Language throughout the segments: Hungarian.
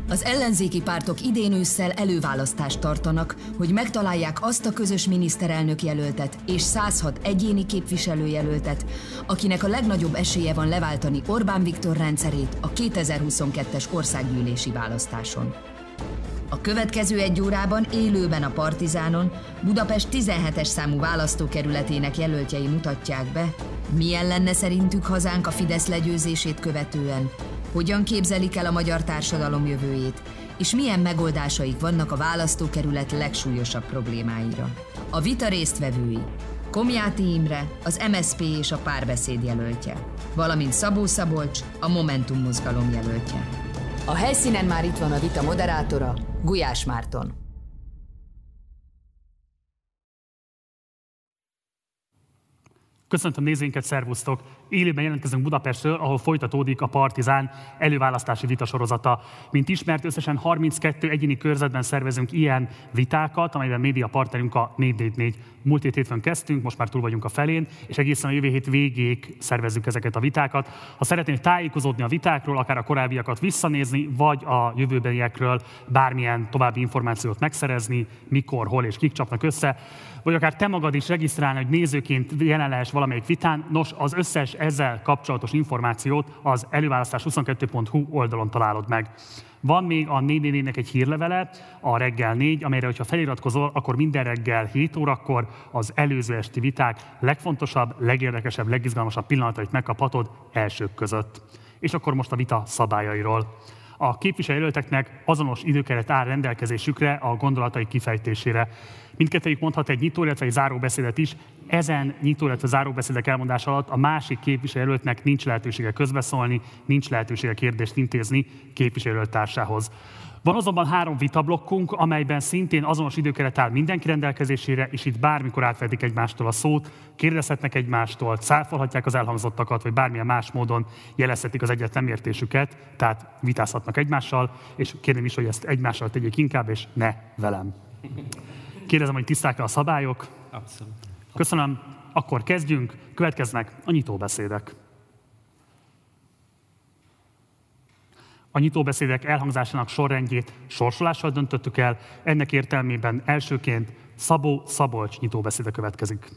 Az ellenzéki pártok idén ősszel előválasztást tartanak, hogy megtalálják azt a közös miniszterelnök jelöltet és 106 egyéni képviselőjelöltet, akinek a legnagyobb esélye van leváltani Orbán Viktor rendszerét a 2022-es országgyűlési választáson. A következő 1 órában élőben a Partizánon Budapest 17-es számú választókerületének jelöltjei mutatják be, milyen lenne szerintük hazánk a Fidesz legyőzését követően, hogyan képzelik el a magyar társadalom jövőjét, és milyen megoldásaik vannak a választókerület legsúlyosabb problémáira. A vita résztvevői: Komjáti Imre, az MSZP és a Párbeszéd jelöltje, valamint Szabó Szabolcs, a Momentum mozgalom jelöltje. A helyszínen már itt van a vita moderátora, Gulyás Márton. Köszöntöm nézőinket, szervusztok! Élőben jelentkezünk Budapestről, ahol folytatódik a Partizán előválasztási vitasorozata. Mint ismert, összesen 32 egyéni körzetben szervezünk ilyen vitákat, amelyben médiapartnerünk a 444. Múlt hétfőn kezdtünk, most már túl vagyunk a felén, és egészen a jövő hét végéig szervezzük ezeket a vitákat. Ha szeretnél tájékozódni a vitákról, akár a korábbiakat visszanézni, vagy a jövőbeniekről bármilyen további információt megszerezni, mikor, hol és kik csapnak össze, vagy akár te magad is regisztrálni, hogy nézőként jelen lehess valamelyik vitán, nos, az összes ezzel kapcsolatos információt az előválasztás22.hu oldalon találod meg. Van még a 444-nek egy hírlevele, a Reggel 4, amelyre, hogyha feliratkozol, akkor minden reggel 7 órakor az előző esti viták legfontosabb, legérdekesebb, legizgalmasabb pillanatait megkaphatod elsők között. És akkor most a vita szabályairól. A képviselőjelölteknek azonos időkeret áll rendelkezésükre a gondolatai kifejtésére. Mindkettőjük mondhat egy nyitó, illetve egy záróbeszédet is. Ezen nyitó, illetve záróbeszédek elmondása alatt a másik képviselőjelöltnek nincs lehetősége közbeszólni, nincs lehetősége kérdést intézni képviselőjelölt társához. Van azonban 3 vitablokkunk, amelyben szintén azonos időkeret áll mindenki rendelkezésére, és itt bármikor átvehetik egymástól a szót, kérdezhetnek egymástól, cáfolhatják az elhangzottakat, vagy bármilyen más módon jelezhetik az egyet nem értésüket, tehát vitázhatnak egymással, és kérném is, hogy ezt egymással tegyék inkább, és ne velem. Kérdezem, hogy tiszták-e a szabályok? Abszolút. Köszönöm. Akkor kezdjünk. Következnek a nyitóbeszédek. A nyitóbeszédek elhangzásának sorrendjét sorsolással döntöttük el, ennek értelmében elsőként Szabó Szabolcs nyitóbeszéde következik.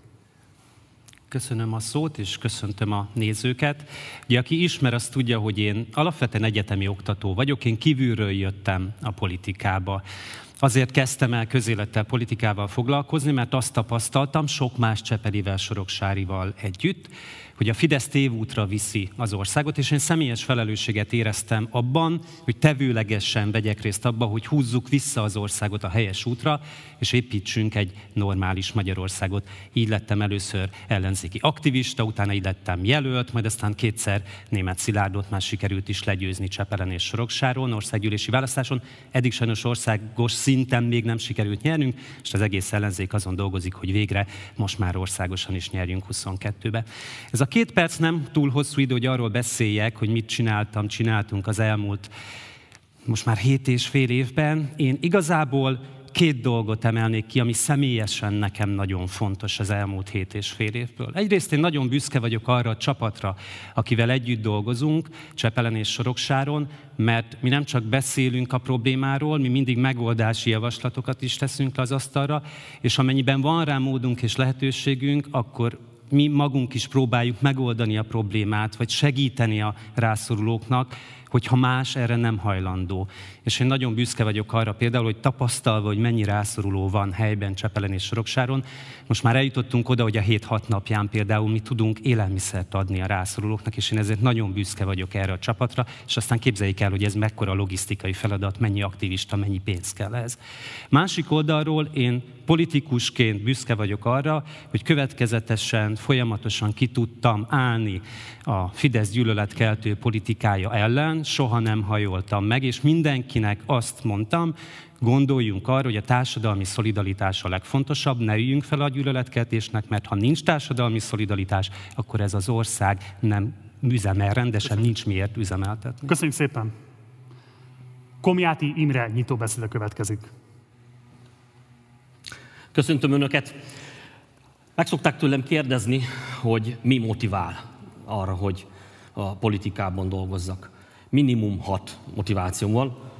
Köszönöm a szót, és köszöntöm a nézőket. Ugye, aki ismer, azt tudja, hogy én alapvetően egyetemi oktató vagyok, én kívülről jöttem a politikába. Azért kezdtem el közélettel, politikával foglalkozni, mert azt tapasztaltam sok más Csepelivel, Soroksárival együtt, hogy a Fidesz tévútra viszi az országot, és én személyes felelősséget éreztem abban, hogy tevőlegesen vegyek részt abban, hogy húzzuk vissza az országot a helyes útra, és építsünk egy normális Magyarországot. Így lettem először ellenzéki aktivista, utána így lettem jelölt, majd aztán 2-szer Németh Szilárdot már sikerült is legyőzni Csepelen és Soroksáron, országgyűlési választáson. Eddig sajnos országos szinten még nem sikerült nyernünk, és az egész ellenzék azon dolgozik, hogy végre most már országosan is nyerjünk 22-be. Ez a 2 perc nem túl hosszú idő, hogy arról beszéljek, hogy mit csináltunk az elmúlt most már 7,5 évben. Én igazából 2 dolgot emelnék ki, ami személyesen nekem nagyon fontos az elmúlt 7,5 évből. Egyrészt én nagyon büszke vagyok arra a csapatra, akivel együtt dolgozunk, Csepelen és Soroksáron, mert mi nem csak beszélünk a problémáról, mi mindig megoldási javaslatokat is teszünk le az asztalra, és amennyiben van rá módunk és lehetőségünk, akkor mi magunk is próbáljuk megoldani a problémát, vagy segíteni a rászorulóknak, hogyha más erre nem hajlandó. És én nagyon büszke vagyok arra például, hogy tapasztalva, hogy mennyi rászoruló van helyben, Csepelen és Soroksáron, most már eljutottunk oda, hogy a 7-6 napján például mi tudunk élelmiszert adni a rászorulóknak, és én ezért nagyon büszke vagyok erre a csapatra, és aztán képzeljék el, hogy ez mekkora logisztikai feladat, mennyi aktivista, mennyi pénz kell ehhez. Másik oldalról én politikusként büszke vagyok arra, hogy következetesen, folyamatosan ki tudtam állni a Fidesz gyűlöletkeltő politikája ellen, soha nem hajoltam meg, és mindenkinek azt mondtam, gondoljunk arra, hogy a társadalmi szolidaritás a legfontosabb, ne üljünk fel a gyűlöletkeltésnek, mert ha nincs társadalmi szolidaritás, akkor ez az ország nem üzemel rendesen, nincs miért üzemeltetni. Köszönjük szépen! Komjáti Imre nyitóbeszéde következik. Köszöntöm Önöket! Meg szokták tőlem kérdezni, hogy mi motivál arra, hogy a politikában dolgozzak. Minimum 6 motivációm van.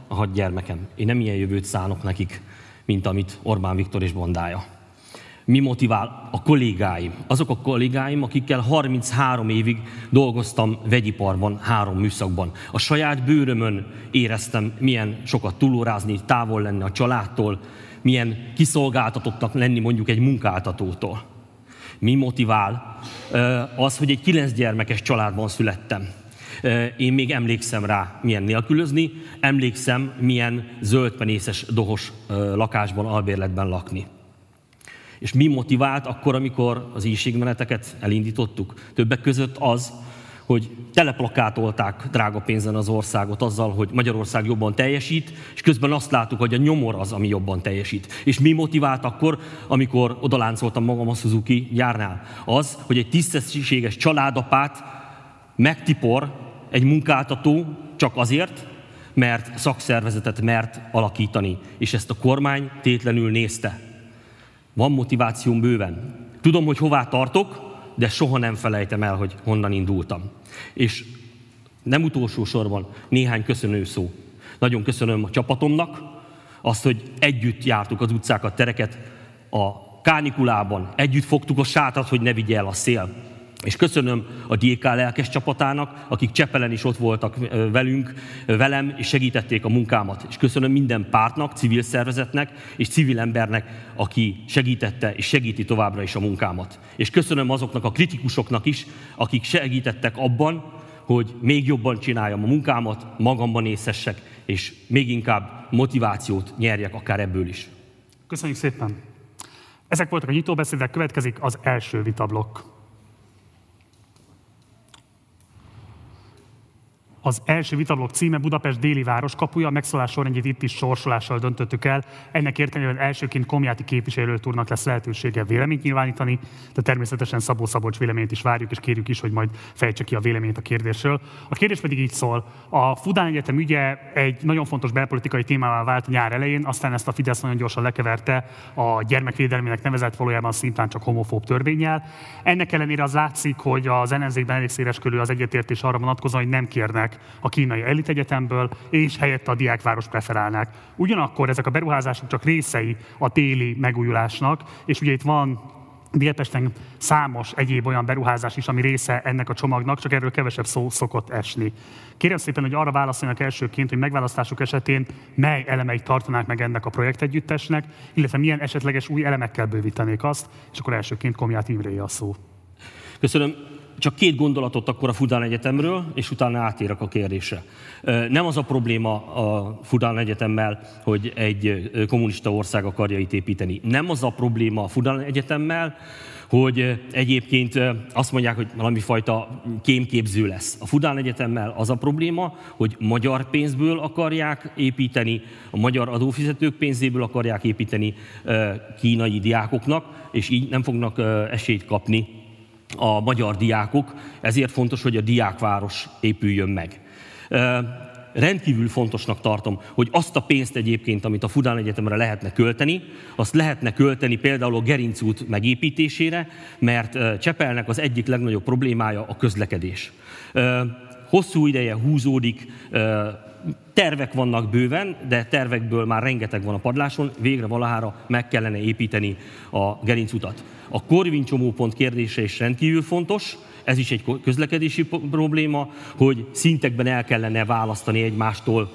a 6 gyermekem. Én nem ilyen jövőt szánok nekik, mint amit Orbán Viktor és bandája. Mi motivál? A kollégáim. Azok a kollégáim, akikkel 33 évig dolgoztam vegyiparban, 3 műszakban. A saját bőrömön éreztem, milyen sokat túlórázni, távol lenni a családtól, milyen kiszolgáltatottnak lenni mondjuk egy munkáltatótól. Mi motivál? Az, hogy egy 9 gyermekes családban születtem. Én még emlékszem rá, milyen nélkülözni, emlékszem, milyen zöldpenészes, dohos lakásban, albérletben lakni. És mi motivált akkor, amikor az éhségmeneteket elindítottuk? Többek között az, hogy teleplakátolták drága pénzen az országot azzal, hogy Magyarország jobban teljesít, és közben azt láttuk, hogy a nyomor az, ami jobban teljesít. És mi motivált akkor, amikor odaláncoltam magam a Suzuki gyárnál? Az, hogy egy tisztességes családapát megtipor egy munkáltató csak azért, mert szakszervezetet mert alakítani, és ezt a kormány tétlenül nézte. Van motivációm bőven. Tudom, hogy hová tartok, de soha nem felejtem el, hogy honnan indultam. És nem utolsó sorban néhány köszönő szó. Nagyon köszönöm a csapatomnak azt, hogy együtt jártuk az utcákat, tereket a kánikulában, együtt fogtuk a sátrat, hogy ne vigye el a szél. És köszönöm a DK lelkes csapatának, akik Csepelen is ott voltak velem, és segítették a munkámat. És köszönöm minden pártnak, civil szervezetnek és civil embernek, aki segítette és segíti továbbra is a munkámat. És köszönöm azoknak a kritikusoknak is, akik segítettek abban, hogy még jobban csináljam a munkámat, magamban észessek, és még inkább motivációt nyerjek akár ebből is. Köszönjük szépen! Ezek voltak a nyitóbeszédek, következik az első vitablokk. Az első vitablokk címe Budapest déli városkapuja, a megszólás sorrendjét itt is sorsolással döntöttük el. Ennek értelmében elsőként Komjáti képviselőjelölt úrnak lesz lehetősége véleményt nyilvánítani, de természetesen Szabó Szabolcs véleményt is várjuk, és kérjük is, hogy majd fejtse ki a véleményt a kérdésről. A kérdés pedig így szól. A Fudán Egyetem ügye egy nagyon fontos belpolitikai témává vált nyár elején, aztán ezt a Fidesz nagyon gyorsan lekeverte a gyermekvédelmének nevezett, valójában szintán csak homofób törvénnyel. Ennek ellenére az látszik, hogy az ellenzékben elég széleskörű az egyetértés arra vonatkozóan, hogy nem kérnek a kínai elitegyetemről, és helyette a diákváros preferálnák. Ugyanakkor ezek a beruházások csak részei a téli megújulásnak, és ugye itt van Dél-Pesten számos egyéb olyan beruházás is, ami része ennek a csomagnak, csak erről kevesebb szó szokott esni. Kérem szépen, hogy arra válaszoljanak elsőként, hogy megválasztásuk esetén mely elemeit tartanák meg ennek a projektegyüttesnek, illetve milyen esetleges új elemekkel bővítenék azt, és akkor elsőként Komjáti Imréé a szó. Köszönöm. Csak 2 gondolatot akkor a Fudán Egyetemről, és utána átérek a kérdésre. Nem az a probléma a Fudán Egyetemmel, hogy egy kommunista ország akarja itt építeni. Nem az a probléma a Fudán Egyetemmel, hogy egyébként azt mondják, hogy valami fajta kémképző lesz. A Fudán Egyetemmel az a probléma, hogy magyar pénzből akarják építeni, a magyar adófizetők pénzéből akarják építeni kínai diákoknak, és így nem fognak esélyt kapni a magyar diákok, ezért fontos, hogy a diákváros épüljön meg. Rendkívül fontosnak tartom, hogy azt a pénzt egyébként, amit a Fudán Egyetemre lehetne költeni, azt lehetne költeni például a Gerinc út megépítésére, mert Csepelnek az egyik legnagyobb problémája a közlekedés. Hosszú ideje húzódik, tervek vannak bőven, de tervekből már rengeteg van a padláson, végre valahára meg kellene építeni a Gerinc utat. A Corvin csomópont kérdése is rendkívül fontos, ez is egy közlekedési probléma, hogy szintekben el kellene választani egymástól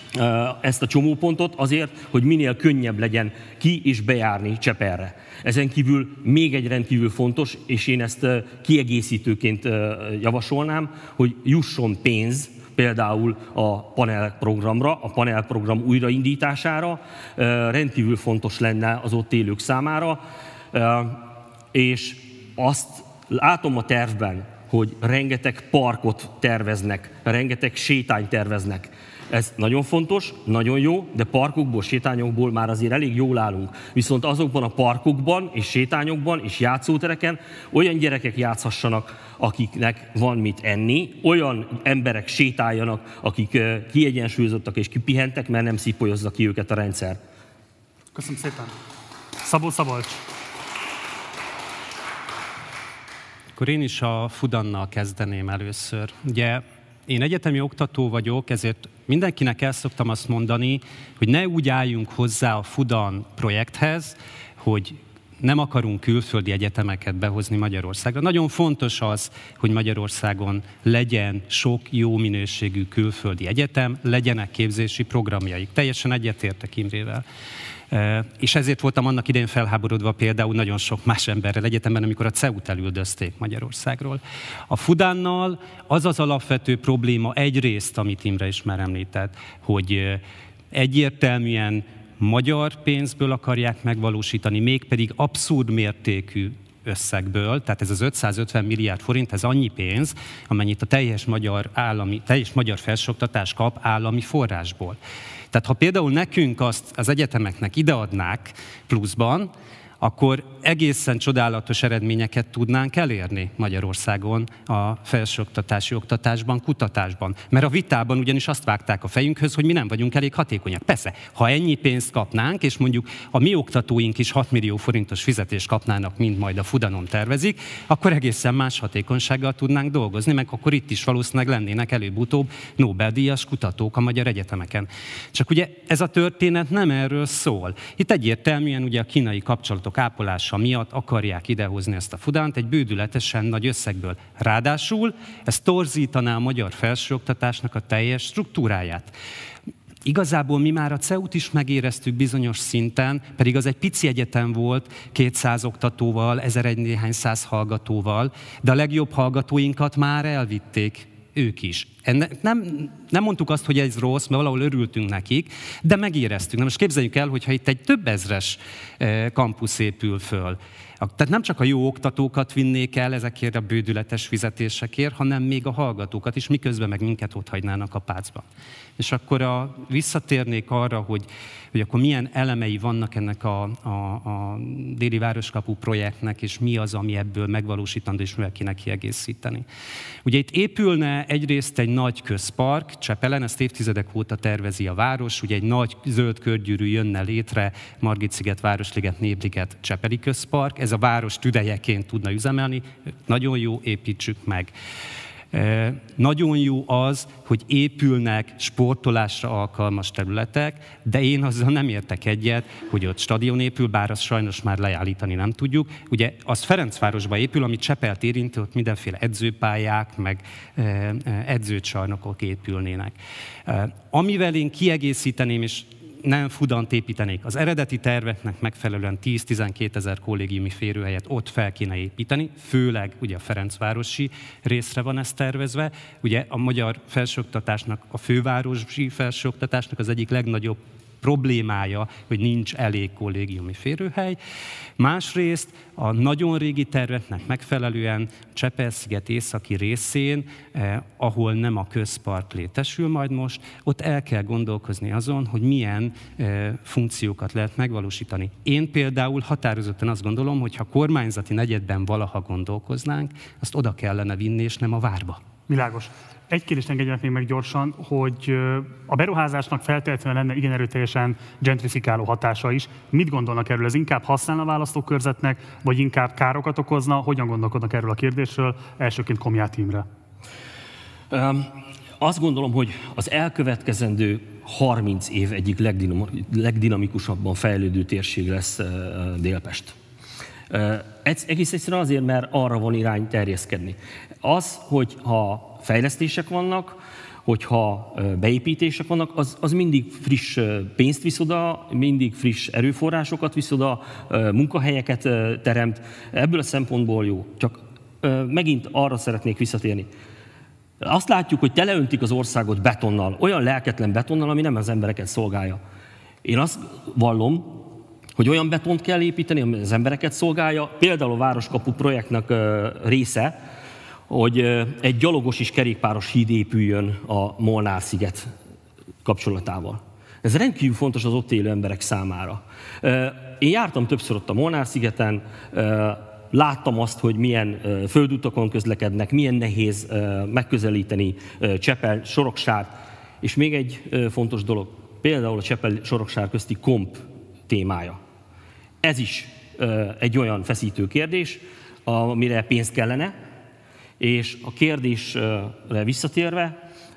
ezt a csomópontot azért, hogy minél könnyebb legyen ki és bejárni Csepelre. Ezen kívül még egy rendkívül fontos, és én ezt kiegészítőként javasolnám, hogy jusson pénz például a panelprogramra, a panelprogram újraindítására, rendkívül fontos lenne az ott élők számára, és azt látom a tervben, hogy rengeteg parkot terveznek, rengeteg sétányt terveznek. Ez nagyon fontos, nagyon jó, de parkokból, sétányokból már azért elég jól állunk. Viszont azokban a parkokban és sétányokban és játszótereken olyan gyerekek játszhassanak, akiknek van mit enni, olyan emberek sétáljanak, akik kiegyensúlyozottak és kipihentek, mert nem szipolyozza ki őket a rendszer. Köszönöm szépen. Szabó Szabolcs. Akkor én is a Fudannal kezdeném először. Ugye én egyetemi oktató vagyok, ezért mindenkinek el szoktam azt mondani, hogy ne úgy álljunk hozzá a Fudan projekthez, hogy nem akarunk külföldi egyetemeket behozni Magyarországra. Nagyon fontos az, hogy Magyarországon legyen sok jó minőségű külföldi egyetem, legyenek képzési programjaik. Teljesen egyetértek Imrével. És ezért voltam annak idején felháborodva például nagyon sok más emberrel egyetemben, amikor a CEU-t elüldözték Magyarországról. A Fudánnal az az alapvető probléma egyrészt, amit Imre is már említett, hogy egyértelműen magyar pénzből akarják megvalósítani, mégpedig abszurd mértékű összegből, tehát ez az 550 milliárd forint, ez annyi pénz, amennyit a teljes magyar felsőoktatás kap állami forrásból. Tehát ha például nekünk azt az egyetemeknek ideadnák pluszban, akkor egészen csodálatos eredményeket tudnánk elérni Magyarországon a felsőoktatási oktatásban, kutatásban. Mert a vitában ugyanis azt vágták a fejünkhöz, hogy mi nem vagyunk elég hatékonyak. Persze, ha ennyi pénzt kapnánk, és mondjuk a mi oktatóink is 6 millió forintos fizetést kapnának, mint majd a Fudanon tervezik, akkor egészen más hatékonysággal tudnánk dolgozni, meg akkor itt is valószínűleg lennének előbb-utóbb Nobel-díjas kutatók a magyar egyetemeken. Csak ugye ez a történet nem erről szól. Itt egyértelműen ugye a kínai kapcsolatok ápolása miatt akarják idehozni ezt a Fudánt egy bődületesen nagy összegből. Ráadásul ez torzítaná a magyar felsőoktatásnak a teljes struktúráját. Igazából mi már a CEU-t is megéreztük bizonyos szinten, pedig az egy pici egyetem volt, 200 oktatóval, 1001 néhány száz hallgatóval, de a legjobb hallgatóinkat már elvitték ők is. Nem mondtuk azt, hogy ez rossz, mert valahol örültünk nekik, de megéreztük. Na most képzeljük el, hogyha itt egy több ezres kampusz épül föl. Tehát nem csak a jó oktatókat vinnék el ezekért a bődületes fizetésekért, hanem még a hallgatókat is, miközben meg minket ott hagynának a pácban. És akkor visszatérnék arra, hogy akkor milyen elemei vannak ennek a Déli Városkapu projektnek, és mi az, ami ebből megvalósítandó, és mivel kéne kiegészíteni. Ugye itt épülne egyrészt egy nagy közpark, Csepelen, ezt évtizedek óta tervezi a város, ugye egy nagy zöld körgyűrű jönne létre, Margit-sziget, Városliget, Népliget, Csepeli közpark, ez a város tüdejeként tudna üzemelni, nagyon jó, építsük meg. Nagyon jó az, hogy épülnek sportolásra alkalmas területek, de én azzal nem értek egyet, hogy ott stadion épül, bár azt sajnos már leállítani nem tudjuk. Ugye az Ferencvárosba épül, ami Csepelt érinti, ott mindenféle edzőpályák, meg edzőcsarnokok épülnének. Amivel én kiegészíteném, és nem Fudant építenék. Az eredeti terveknek megfelelően 10-12 ezer kollégiumi férőhelyet ott fel kéne építeni, főleg ugye a ferencvárosi részre van ez tervezve. Ugye a magyar felsőoktatásnak, a fővárosi felsőoktatásnak az egyik legnagyobb problémája, hogy nincs elég kollégiumi férőhely. Másrészt a nagyon régi terveknek megfelelően Csepel-sziget északi részén, ahol nem a közpark létesül majd most, ott el kell gondolkozni azon, hogy milyen funkciókat lehet megvalósítani. Én például határozottan azt gondolom, hogy ha kormányzati negyedben valaha gondolkoznánk, azt oda kellene vinni, és nem a várba. Világos. Egy kérdést engedjenek még meg gyorsan, hogy a beruházásnak feltétlenül lenne igen erőteljesen gentrifikáló hatása is. Mit gondolnak erről? Ez inkább használna a választókörzetnek, vagy inkább károkat okozna? Hogyan gondolkodnak erről a kérdésről? Elsőként Komját Imre. Azt gondolom, hogy az elkövetkezendő 30 év egyik legdinamikusabban fejlődő térség lesz Délpest. Egész egyszerűen azért, mert arra van irány terjeszkedni. Az, hogyha fejlesztések vannak, hogyha beépítések vannak, az mindig friss pénzt visz oda, mindig friss erőforrásokat visz oda, munkahelyeket teremt. Ebből a szempontból jó. Csak megint arra szeretnék visszatérni. Azt látjuk, hogy teleöntik az országot betonnal, olyan lelketlen betonnal, ami nem az embereket szolgálja. Én azt vallom, hogy olyan betont kell építeni, ami az embereket szolgálja. Például a Városkapu projektnek része, hogy egy gyalogos és kerékpáros híd épüljön a Molnár-sziget kapcsolatával. Ez rendkívül fontos az ott élő emberek számára. Én jártam többször ott a Molnár-szigeten, láttam azt, hogy milyen földutakon közlekednek, milyen nehéz megközelíteni Csepel, Soroksárt, és még egy fontos dolog, például a Csepel-Soroksár közti komp témája. Ez is egy olyan feszítő kérdés, amire pénzt kellene, és a kérdésre visszatérve,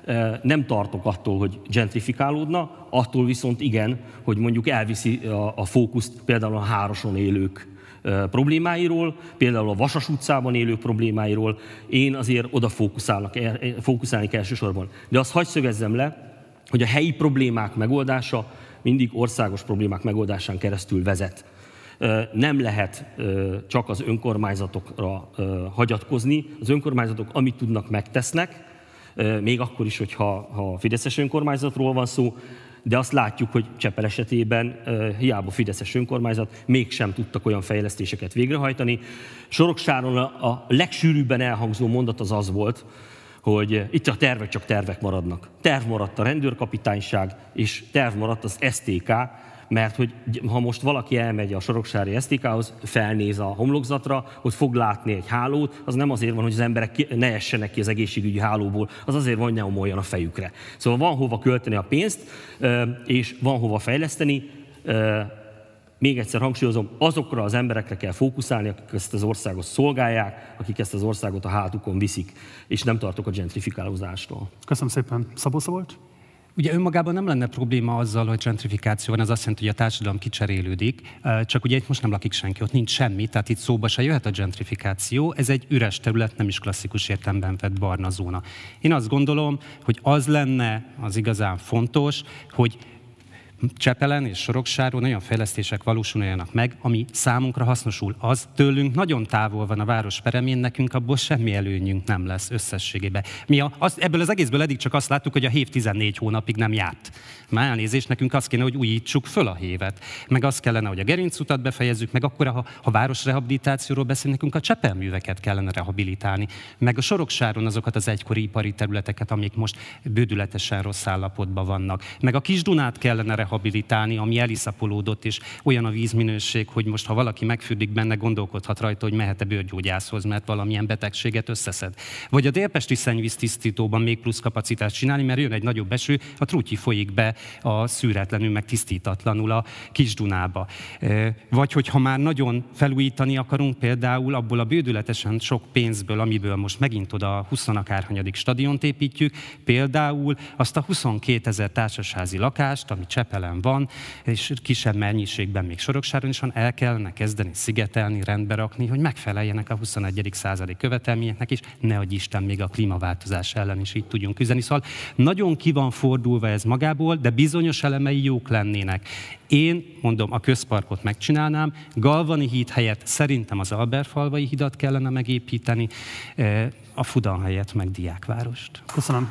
nem tartok attól, hogy gentrifikálódna, attól viszont igen, hogy mondjuk elviszi a fókuszt például a Hároson élők problémáiról, például a Vasas utcában élők problémáiról. Én azért oda fókuszálnék elsősorban. De azt hadd szögezzem le, hogy a helyi problémák megoldása mindig országos problémák megoldásán keresztül vezet. Nem lehet csak az önkormányzatokra hagyatkozni. Az önkormányzatok, amit tudnak, megtesznek, még akkor is, hogyha fideszes önkormányzatról van szó, de azt látjuk, hogy Csepel esetében hiába fideszes önkormányzat, mégsem tudtak olyan fejlesztéseket végrehajtani. Soroksáron a legsűrűbben elhangzó mondat az volt, hogy itt a tervek csak tervek maradnak. Terv maradt a rendőrkapitányság, és terv maradt az STK, mert hogy ha most valaki elmegy a soroksári STK-hoz, felnéz a homlokzatra, hogy fog látni egy hálót, az nem azért van, hogy az emberek ne essenek ki az egészségügyi hálóból, az azért van, hogy ne omoljon a fejükre. Szóval van hova költeni a pénzt, és van hova fejleszteni. Még egyszer hangsúlyozom, azokra az emberekre kell fókuszálni, akik ezt az országot szolgálják, akik ezt az országot a hátukon viszik, és nem tartok a gentrifikálózástól. Köszönöm szépen. Szabó Szabolcs? Ugye önmagában nem lenne probléma azzal, hogy gentrifikáció van, ez azt jelenti, hogy a társadalom kicserélődik, csak ugye itt most nem lakik senki, ott nincs semmi, tehát itt szóba se jöhet a gentrifikáció, ez egy üres terület, nem is klasszikus értelemben vett barna zóna. Én azt gondolom, hogy az lenne az igazán fontos, hogy Csepelen és Soroksáron olyan fejlesztések valósuljanak meg, ami számunkra hasznosul. Az tőlünk nagyon távol van a város peremén, nekünk abból semmi előnyünk nem lesz összességében. Ebből az egészből eddig csak azt láttuk, hogy a hév 14 hónapig nem járt. Már elnézést, nekünk azt kéne, hogy újítsuk föl a hévet. Meg azt kellene, hogy a Gerincutat befejezzük, meg akkor, ha városrehabilitációról beszélünk, nekünk a Csepelműveket kellene rehabilitálni. Meg a Soroksáron azokat az egykori ipari területeket, amik most bődületesen rossz állapotban vannak. Meg a Kis-Dunát kellene rehabilitálni, ami eliszapolódott, és olyan a vízminőség, hogy most, ha valaki megfürdik benne, gondolkodhat rajta, hogy mehet-e bőrgyógyászhoz, mert valamilyen betegséget összeszed. Vagy a délpesti szennyvíztisztítóban még plusz kapacitást csinálni, mert jön egy nagyobb eső, a Trutyi folyik be a szűretlenül, meg tisztítatlanul a Kis-Dunába. Vagy hogyha már nagyon felújítani akarunk, például abból a bődületesen sok pénzből, amiből most megint oda a 20-akárhanyadik stadiont építjük, például azt a 22 000 társasházi lakást, ami Csepelen van, és kisebb mennyiségben még Soroksáron is van, el kellene kezdeni szigetelni, rendbe rakni, hogy megfeleljenek a 21. századi követelményeknek, és nehogy Isten még a klímaváltozás ellen is így tudjunk küzdeni. Szóval nagyon ki van fordulva ez magából, de bizonyos elemei jók lennének. Én, mondom, a közparkot megcsinálnám, Galvani híd helyett szerintem az Albertfalvai hidat kellene megépíteni, a Fudan helyett meg Diákvárost. Köszönöm.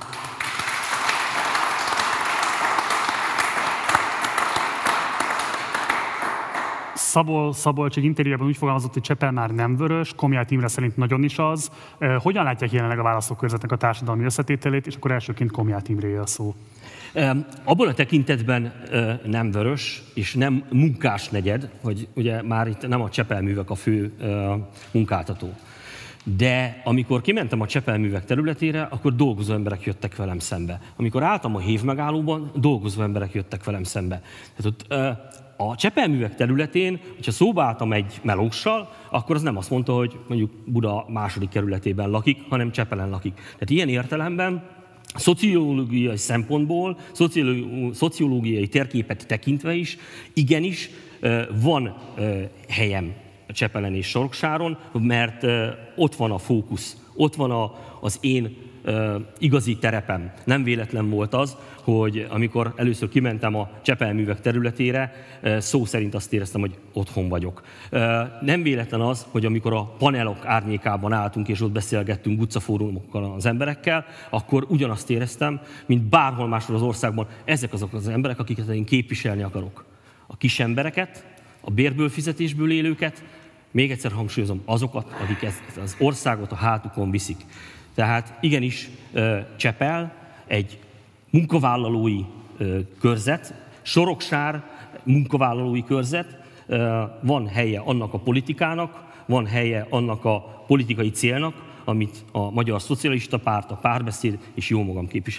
Szabolcs egy interjúban úgy fogalmazott, hogy Csepel már nem vörös, Komjáth Imre szerint nagyon is az. Hogyan látják jelenleg a választókörzetnek a társadalmi összetételét, és akkor elsőként Komjáth Imréé a szó? Abban a tekintetben nem vörös, és nem munkásnegyed, hogy ugye már itt nem a Csepelművek a fő munkáltató. De amikor kimentem a Csepelművek területére, akkor dolgozó emberek jöttek velem szembe. Amikor álltam a hév megállóban, dolgozó emberek jöttek velem szembe. Tehát ott, a Csepelművek területén, hogyha szóba álltam egy melóssal, akkor az nem azt mondta, hogy mondjuk Buda második kerületében lakik, hanem Csepelen lakik. Tehát ilyen értelemben szociológiai szempontból, szociológiai térképet tekintve is, igenis van helyem Csepelen és Soroksáron, mert ott van a fókusz, ott van az én igazi terepem. Nem véletlen volt az, hogy amikor először kimentem a Csepelművek területére, szó szerint azt éreztem, hogy otthon vagyok. Nem véletlen az, hogy amikor a panelok árnyékában álltunk, és ott beszélgettünk utcafórumokkal az emberekkel, akkor ugyanazt éreztem, mint bárhol máshol az országban. Ezek azok az emberek, akiket én képviselni akarok. A kis embereket, a bérből, fizetésből élőket, még egyszer hangsúlyozom, azokat, akik ezt az országot a hátukon viszik. Tehát igenis Csepel egy munkavállalói körzet, Soroksár munkavállalói körzet, van helye annak a politikának, van helye annak a politikai célnak, amit a Magyar Szocialista Párt, a Párbeszéd és jómagam képviselek.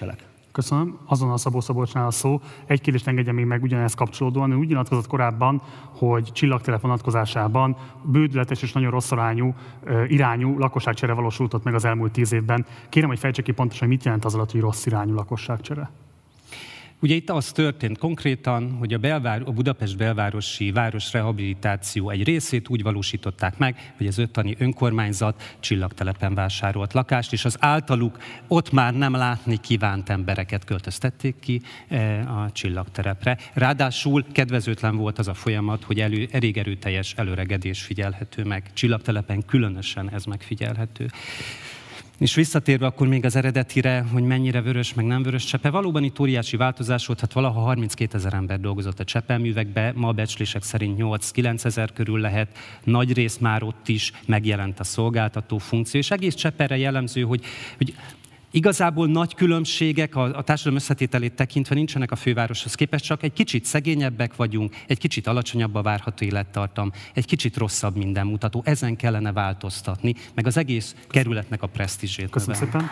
Köszönöm. Azonnal Szabó Szabolcsnál a szó. Egy kérdést engedjen még meg ugyanehez kapcsolódóan. Ő úgy nyilatkozott korábban, hogy csillagterep vonatkozásában bődületes és nagyon rossz irányú lakosságcsere valósultott meg az elmúlt 10 évben. Kérem, hogy fejtse ki pontosan, hogy mit jelent az alatt, hogy rossz irányú lakosságcsere. Ugye itt az történt konkrétan, hogy a Budapest belvárosi városrehabilitáció egy részét úgy valósították meg, hogy az ottani önkormányzat csillagtelepen vásárolt lakást, és az általuk ott már nem látni kívánt embereket költöztették ki a csillagterepre. Ráadásul kedvezőtlen volt az a folyamat, hogy elég erőteljes előregedés figyelhető meg. Csillagtelepen különösen ez megfigyelhető. És visszatérve akkor még az eredetire, hogy mennyire vörös, meg nem vörös csepe, valóban itt óriási változás volt, hát valaha 32 000 ember dolgozott a csepelművekbe, ma a becslések szerint 8-9 ezer körül lehet, nagy rész már ott is megjelent a szolgáltató funkció, és egész Cseperre jellemző, hogy igazából nagy különbségek a társadalom összetételét tekintve nincsenek a fővároshoz képest, csak egy kicsit szegényebbek vagyunk, egy kicsit alacsonyabb a várható élettartam, egy kicsit rosszabb minden mutató. Ezen kellene változtatni, meg az egész kerületnek a presztízsét. Köszönöm szépen.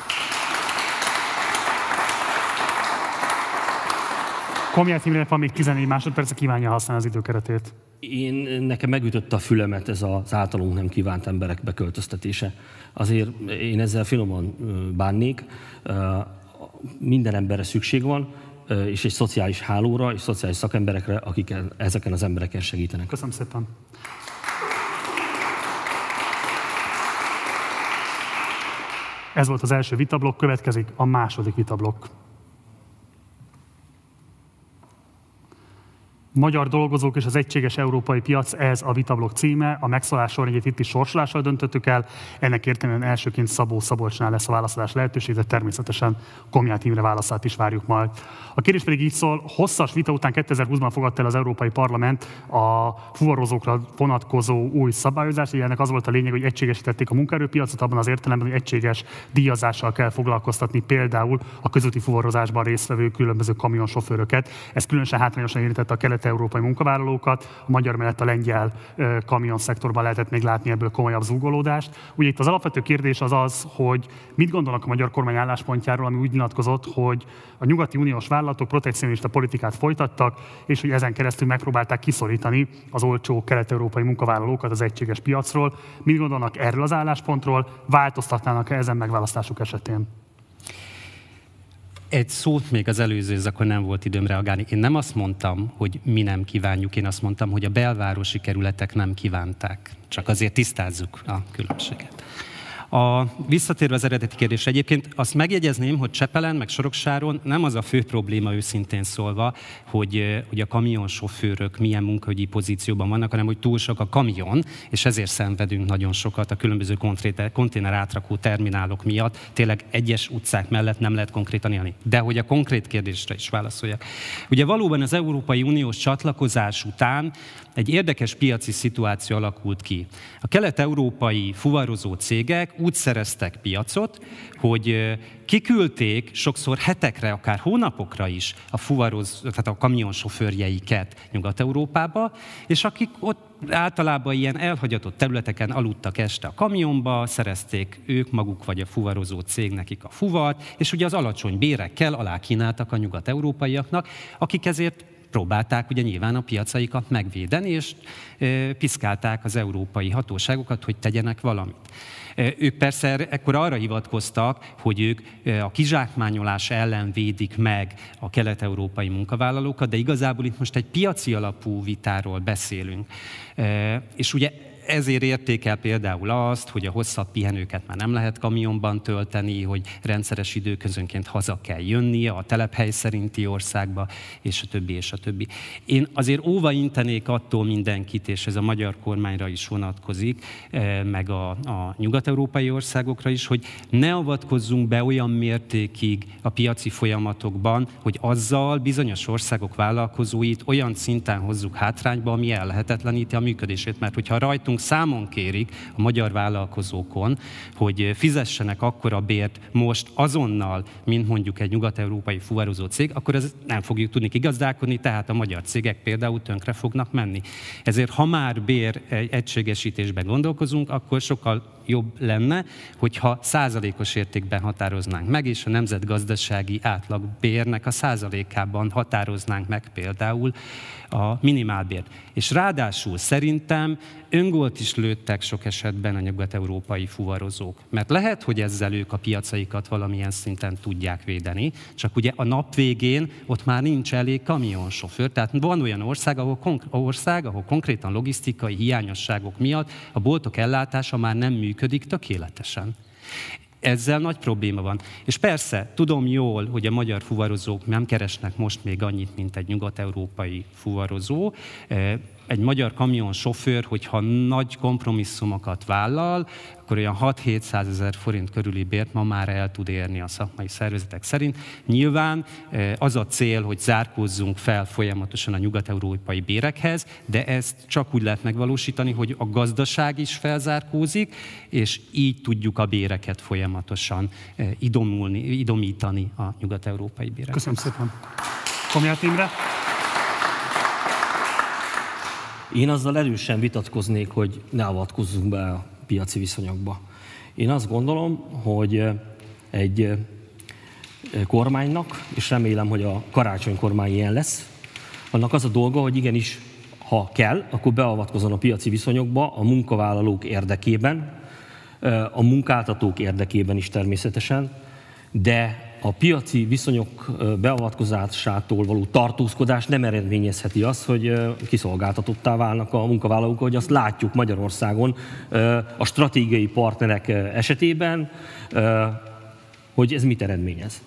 Komjáth Imrének van még 14 másodperce, kívánja használni az időkeretét. Nekem megütötte a fülemet ez az általunk nem kívánt emberek beköltöztetése. Azért én ezzel finoman bánnék. Minden emberre szükség van, és egy szociális hálóra, és szociális szakemberekre, akik ezeken az embereken segítenek. Köszönöm szépen. Ez volt az első vitablokk, következik a második vitablokk. Magyar dolgozók és az egységes európai piac, ez a vitablokk címe. A megszólás sorrendjét itt is sorsolással döntöttük el. Ennek értelműen elsőként Szabó Szabolcsnál lesz a válaszadás lehetőség, de természetesen Komjáth Imre válaszát is várjuk majd. A kérdés pedig így szól: hosszas vita után 2020-ban fogadta el az Európai Parlament a fuvarozókra vonatkozó új szabályozást. Ennek az volt a lényeg, hogy egységesítették a munkaerőpiacot abban az értelemben, hogy egységes díjazással kell foglalkoztatni például a közúti fuvarozásban résztvevő különböző kamionsofőröket. Ez különösen hátrányosan érintette a kelet-európai munkavállalókat, a magyar mellett a lengyel kamionszektorban lehetett még látni ebből komolyabb zúgolódást. Ugye itt az alapvető kérdés az az, hogy mit gondolnak a magyar kormány álláspontjáról, ami úgy nyilatkozott, hogy a nyugati uniós vállalatok protekcionista politikát folytattak, és hogy ezen keresztül megpróbálták kiszorítani az olcsó kelet-európai munkavállalókat az egységes piacról. Mit gondolnak erről az álláspontról? Változtatnának-e ezen megválasztásuk esetén? Egy szót még az előzőhöz, akkor nem volt időm reagálni. Én nem azt mondtam, hogy mi nem kívánjuk, én azt mondtam, hogy a belvárosi kerületek nem kívánták. Csak azért tisztázzuk a különbséget. Visszatérve az eredeti kérdésre, egyébként azt megjegyezném, hogy Csepelen, meg Soroksáron nem az a fő probléma, őszintén szólva, hogy a kamionsofőrök milyen munkahogyi pozícióban vannak, hanem hogy túl sok a kamion, és ezért szenvedünk nagyon sokat a különböző konténer átrakó terminálok miatt. Tényleg egyes utcák mellett nem lehet konkrétan élni. De hogy a konkrét kérdésre is válaszoljak. Ugye valóban az Európai Uniós csatlakozás után egy érdekes piaci szituáció alakult ki. A kelet-európai fuvarozó cégek úgy szereztek piacot, hogy kiküldték sokszor hetekre, akár hónapokra is tehát a kamionsofőrjeiket Nyugat-Európába, és akik ott általában ilyen elhagyatott területeken aludtak este a kamionba, szerezték ők maguk vagy a fuvarozó cég nekik a fuvart, és ugye az alacsony bérekkel alákínáltak a nyugat-európaiaknak, akik ezért próbálták ugye nyilván a piacaikat megvédeni, és piszkálták az európai hatóságokat, hogy tegyenek valamit. Ők persze ekkor arra hivatkoztak, hogy ők a kizsákmányolás ellen védik meg a kelet-európai munkavállalókat, de igazából itt most egy piaci alapú vitáról beszélünk. És ugye ezért értékel például azt, hogy a hosszabb pihenőket már nem lehet kamionban tölteni, hogy rendszeres időközönként haza kell jönnie a telephely szerinti országba, és a többi, és a többi. Én azért óvaintenék attól mindenkit, és ez a magyar kormányra is vonatkozik, meg a nyugat-európai országokra is, hogy ne avatkozzunk be olyan mértékig a piaci folyamatokban, hogy azzal bizonyos országok vállalkozóit olyan szinten hozzuk hátrányba, ami ellehetetleníti a működését. Mert hogyha rajtunk rajtunk számon kérik a magyar vállalkozókon, hogy fizessenek akkora bért most azonnal, mint mondjuk egy nyugat-európai fuvarozó cég, akkor ez nem fogjuk tudni kigazdálkodni, tehát a magyar cégek például tönkre fognak menni. Ezért ha már bér egységesítésben gondolkozunk, akkor sokkal jobb lenne, hogyha százalékos értékben határoznánk meg, és a nemzetgazdasági átlagbérnek a százalékában határoznánk meg például a minimálbért. És ráadásul szerintem öngolt is lőttek sok esetben a nyugat-európai fuvarozók. Mert lehet, hogy ezzel ők a piacaikat valamilyen szinten tudják védeni, csak ugye a nap végén ott már nincs elég kamionsofőr. Tehát van olyan ország, ahol konkrétan logisztikai hiányosságok miatt a boltok ellátása már nem működik tökéletesen. Ezzel nagy probléma van. És persze, tudom jól, hogy a magyar fuvarozók nem keresnek most még annyit, mint egy nyugat-európai fuvarozó. Egy magyar kamionsofőr, hogyha nagy kompromisszumokat vállal, akkor olyan 6-700 ezer forint körüli bért ma már el tud érni a szakmai szervezetek szerint. Nyilván az a cél, hogy zárkózzunk fel folyamatosan a nyugat-európai bérekhez, de ezt csak úgy lehet megvalósítani, hogy a gazdaság is felzárkózik, és így tudjuk a béreket folyamatosan idomítani a nyugat-európai bérekhez. Köszönöm szépen. Komját Imre? Én azzal erősen vitatkoznék, hogy ne avatkozzunk be a piaci viszonyokba. Én azt gondolom, hogy egy kormánynak, és remélem, hogy a Karácsony kormány ilyen lesz, annak az a dolga, hogy igenis, ha kell, akkor beavatkozzon a piaci viszonyokba a munkavállalók érdekében, a munkáltatók érdekében is természetesen, de a piaci viszonyok beavatkozásától való tartózkodás nem eredményezheti azt, hogy kiszolgáltatottá válnak a munkavállalók, hogy azt látjuk Magyarországon a stratégiai partnerek esetében, hogy ez mit eredményez.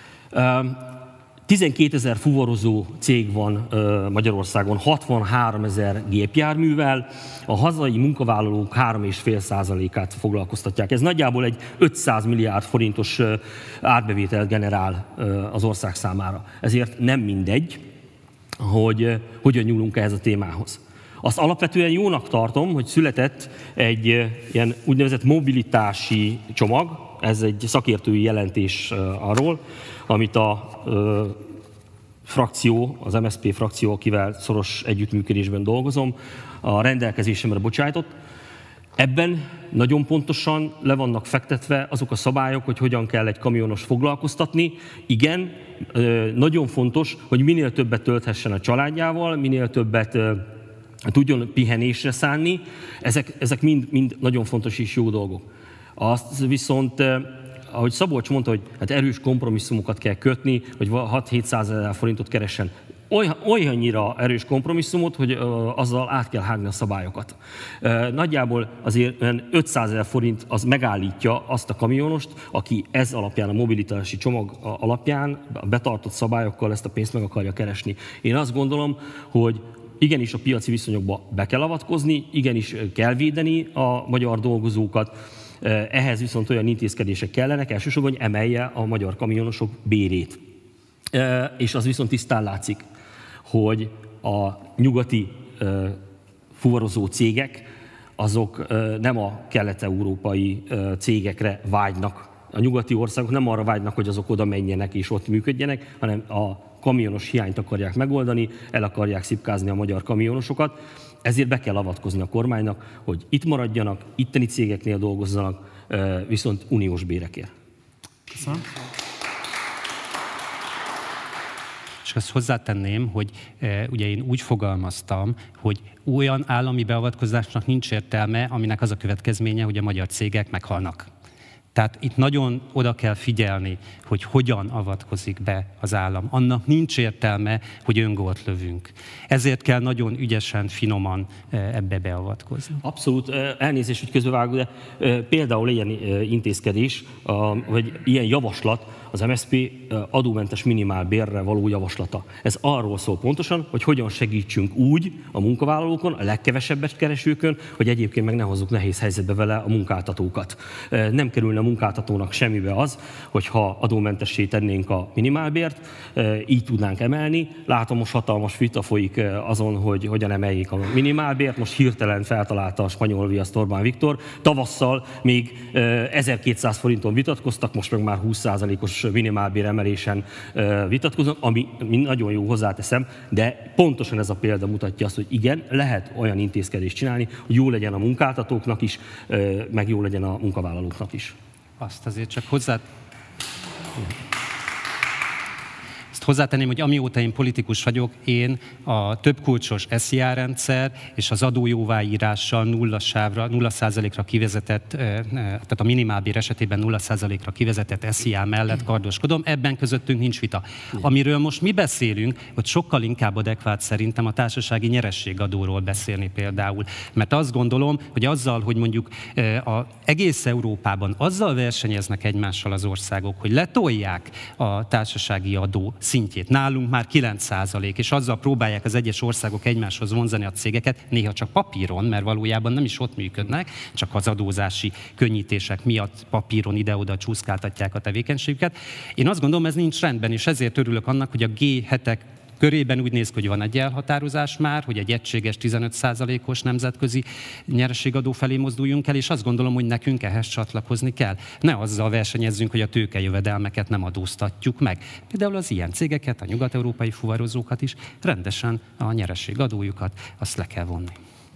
12 000 fuvarozó cég van Magyarországon, 63 000 gépjárművel, a hazai munkavállalók 3,5%-át foglalkoztatják. Ez nagyjából egy 500 milliárd forintos árbevételt generál az ország számára. Ezért nem mindegy, hogy hogyan nyúlunk ehhez a témához. Azt alapvetően jónak tartom, hogy született egy ilyen úgynevezett mobilitási csomag, ez egy szakértői jelentés arról, amit a frakció, az MSZP frakció, akivel szoros együttműködésben dolgozom, a rendelkezésemre bocsájtott. Ebben nagyon pontosan le vannak fektetve azok a szabályok, hogy hogyan kell egy kamionos foglalkoztatni. Igen, nagyon fontos, hogy minél többet tölthessen a családjával, minél többet tudjon pihenésre szánni. Ezek mind nagyon fontos és jó dolgok. Azt viszont, ahogy Szabolcs mondta, hogy hát erős kompromisszumokat kell kötni, hogy 6-700 ezer forintot keressen. Olyannyira erős kompromisszumot, hogy azzal át kell hágni a szabályokat. Nagyjából azért 500 ezer forint az megállítja azt a kamionost, aki ez alapján, a mobilitási csomag alapján, a betartott szabályokkal ezt a pénzt meg akarja keresni. Én azt gondolom, hogy igenis a piaci viszonyokba be kell avatkozni, igenis kell védeni a magyar dolgozókat, ehhez viszont olyan intézkedések kellenek, elsősorban, hogy emelje a magyar kamionosok bérét. És az viszont tisztán látszik, hogy a nyugati fuvarozó cégek, azok nem a kelet-európai cégekre vágynak. A nyugati országok nem arra vágynak, hogy azok oda menjenek és ott működjenek, hanem a kamionos hiányt akarják megoldani, el akarják szipkázni a magyar kamionosokat. Ezért be kell avatkozni a kormánynak, hogy itt maradjanak, itteni cégeknél dolgozzanak, viszont uniós bérekért. Köszönöm. És azt hozzátenném, hogy ugye én úgy fogalmaztam, hogy olyan állami beavatkozásnak nincs értelme, aminek az a következménye, hogy a magyar cégek meghalnak. Tehát itt nagyon oda kell figyelni, hogy hogyan avatkozik be az állam. Annak nincs értelme, hogy öngolt lövünk. Ezért kell nagyon ügyesen, finoman ebbe beavatkozni. Abszolút, elnézést, hogy közbevágok, de például ilyen intézkedés, vagy ilyen javaslat, az MSZP adómentes minimálbérre való javaslata. Ez arról szól pontosan, hogy hogyan segítsünk úgy a munkavállalókon, a legkevesebbet keresőkön, hogy egyébként meg ne hozzuk nehéz helyzetbe vele a munkáltatókat. Nem kerülne munkáltatónak semmibe az, hogyha adómentessé tennénk a minimálbért, így tudnánk emelni. Látom, most hatalmas vita folyik azon, hogy hogyan emeljék a minimálbért. Most hirtelen feltalálta a spanyol viaszt Orbán Viktor. Tavasszal még 1200 forinton vitatkoztak, most meg már 20%-os minimálbér emelésen vitatkoznak, ami nagyon jó, hozzáteszem, de pontosan ez a példa mutatja azt, hogy igen, lehet olyan intézkedést csinálni, hogy jó legyen a munkáltatóknak is, meg jó legyen a munkavállalóknak is. Azt azért csak hozzátenném, hogy amióta én politikus vagyok, én a többkulcsos SZIA rendszer és az adójóváírással 0%-ra kivezetett, tehát a minimálbér esetében 0%-ra kivezetett SZIA mellett kardoskodom, ebben közöttünk nincs vita. Amiről most mi beszélünk, hogy sokkal inkább adekvát szerintem a társasági nyerességadóról beszélni például. Mert azt gondolom, hogy azzal, hogy mondjuk egész Európában azzal versenyeznek egymással az országok, hogy letolják a társasági adó szintjét. Nálunk már 9%, és azzal próbálják az egyes országok egymáshoz vonzani a cégeket, néha csak papíron, mert valójában nem is ott működnek, csak az adózási könnyítések miatt papíron ide-oda csúszkáltatják a tevékenységüket. Én azt gondolom, ez nincs rendben, és ezért örülök annak, hogy a G7-ek körében úgy néz ki, hogy van egy elhatározás már, hogy egy egységes 15%-os nemzetközi nyereségadó felé mozduljunk el, és azt gondolom, hogy nekünk ehhez csatlakozni kell. Ne azzal versenyezzünk, hogy a tőkejövedelmeket nem adóztatjuk meg. Például az ilyen cégeket, a nyugat-európai fuvarozókat is rendesen a nyereségadójukat azt le kell vonni.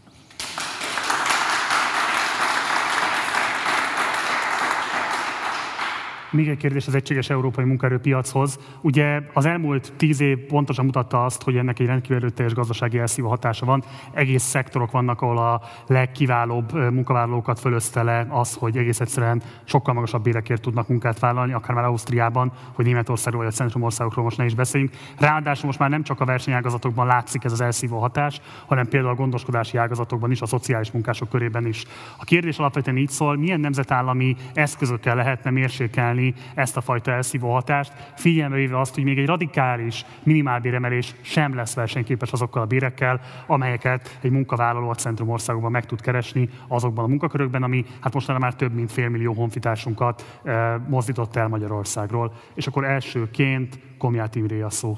Még egy kérdés az egységes európai munkaerőpiachoz. Ugye az elmúlt 10 év pontosan mutatta azt, hogy ennek egy rendkívül erőteljes gazdasági elszívó hatása van. Egész szektorok vannak, ahol a legkiválóbb munkavállalókat fölözte le az, hogy egész egyszerűen sokkal magasabb bérekért tudnak munkát vállalni, akár már Ausztriában, hogy Németországról vagy a centrumországokról most ne is beszéljünk. Ráadásul most már nem csak a versenyágazatokban látszik ez az elszívó hatás, hanem például a gondoskodási ágazatokban is, a szociális munkások körében is. A kérdés alapvetően így szól, milyen nemzetállami eszközökkel lehetne mérsékelni ezt a fajta elszívó hatást, figyelembe véve azt, hogy még egy radikális minimálbéremelés sem lesz versenyképes azokkal a bérekkel, amelyeket egy munkavállaló a centrumországokban meg tud keresni azokban a munkakörökben, ami hát mostanra már több mint 500 000 honfitársunkat mozdított el Magyarországról. És akkor elsőként Komját Imré a szó.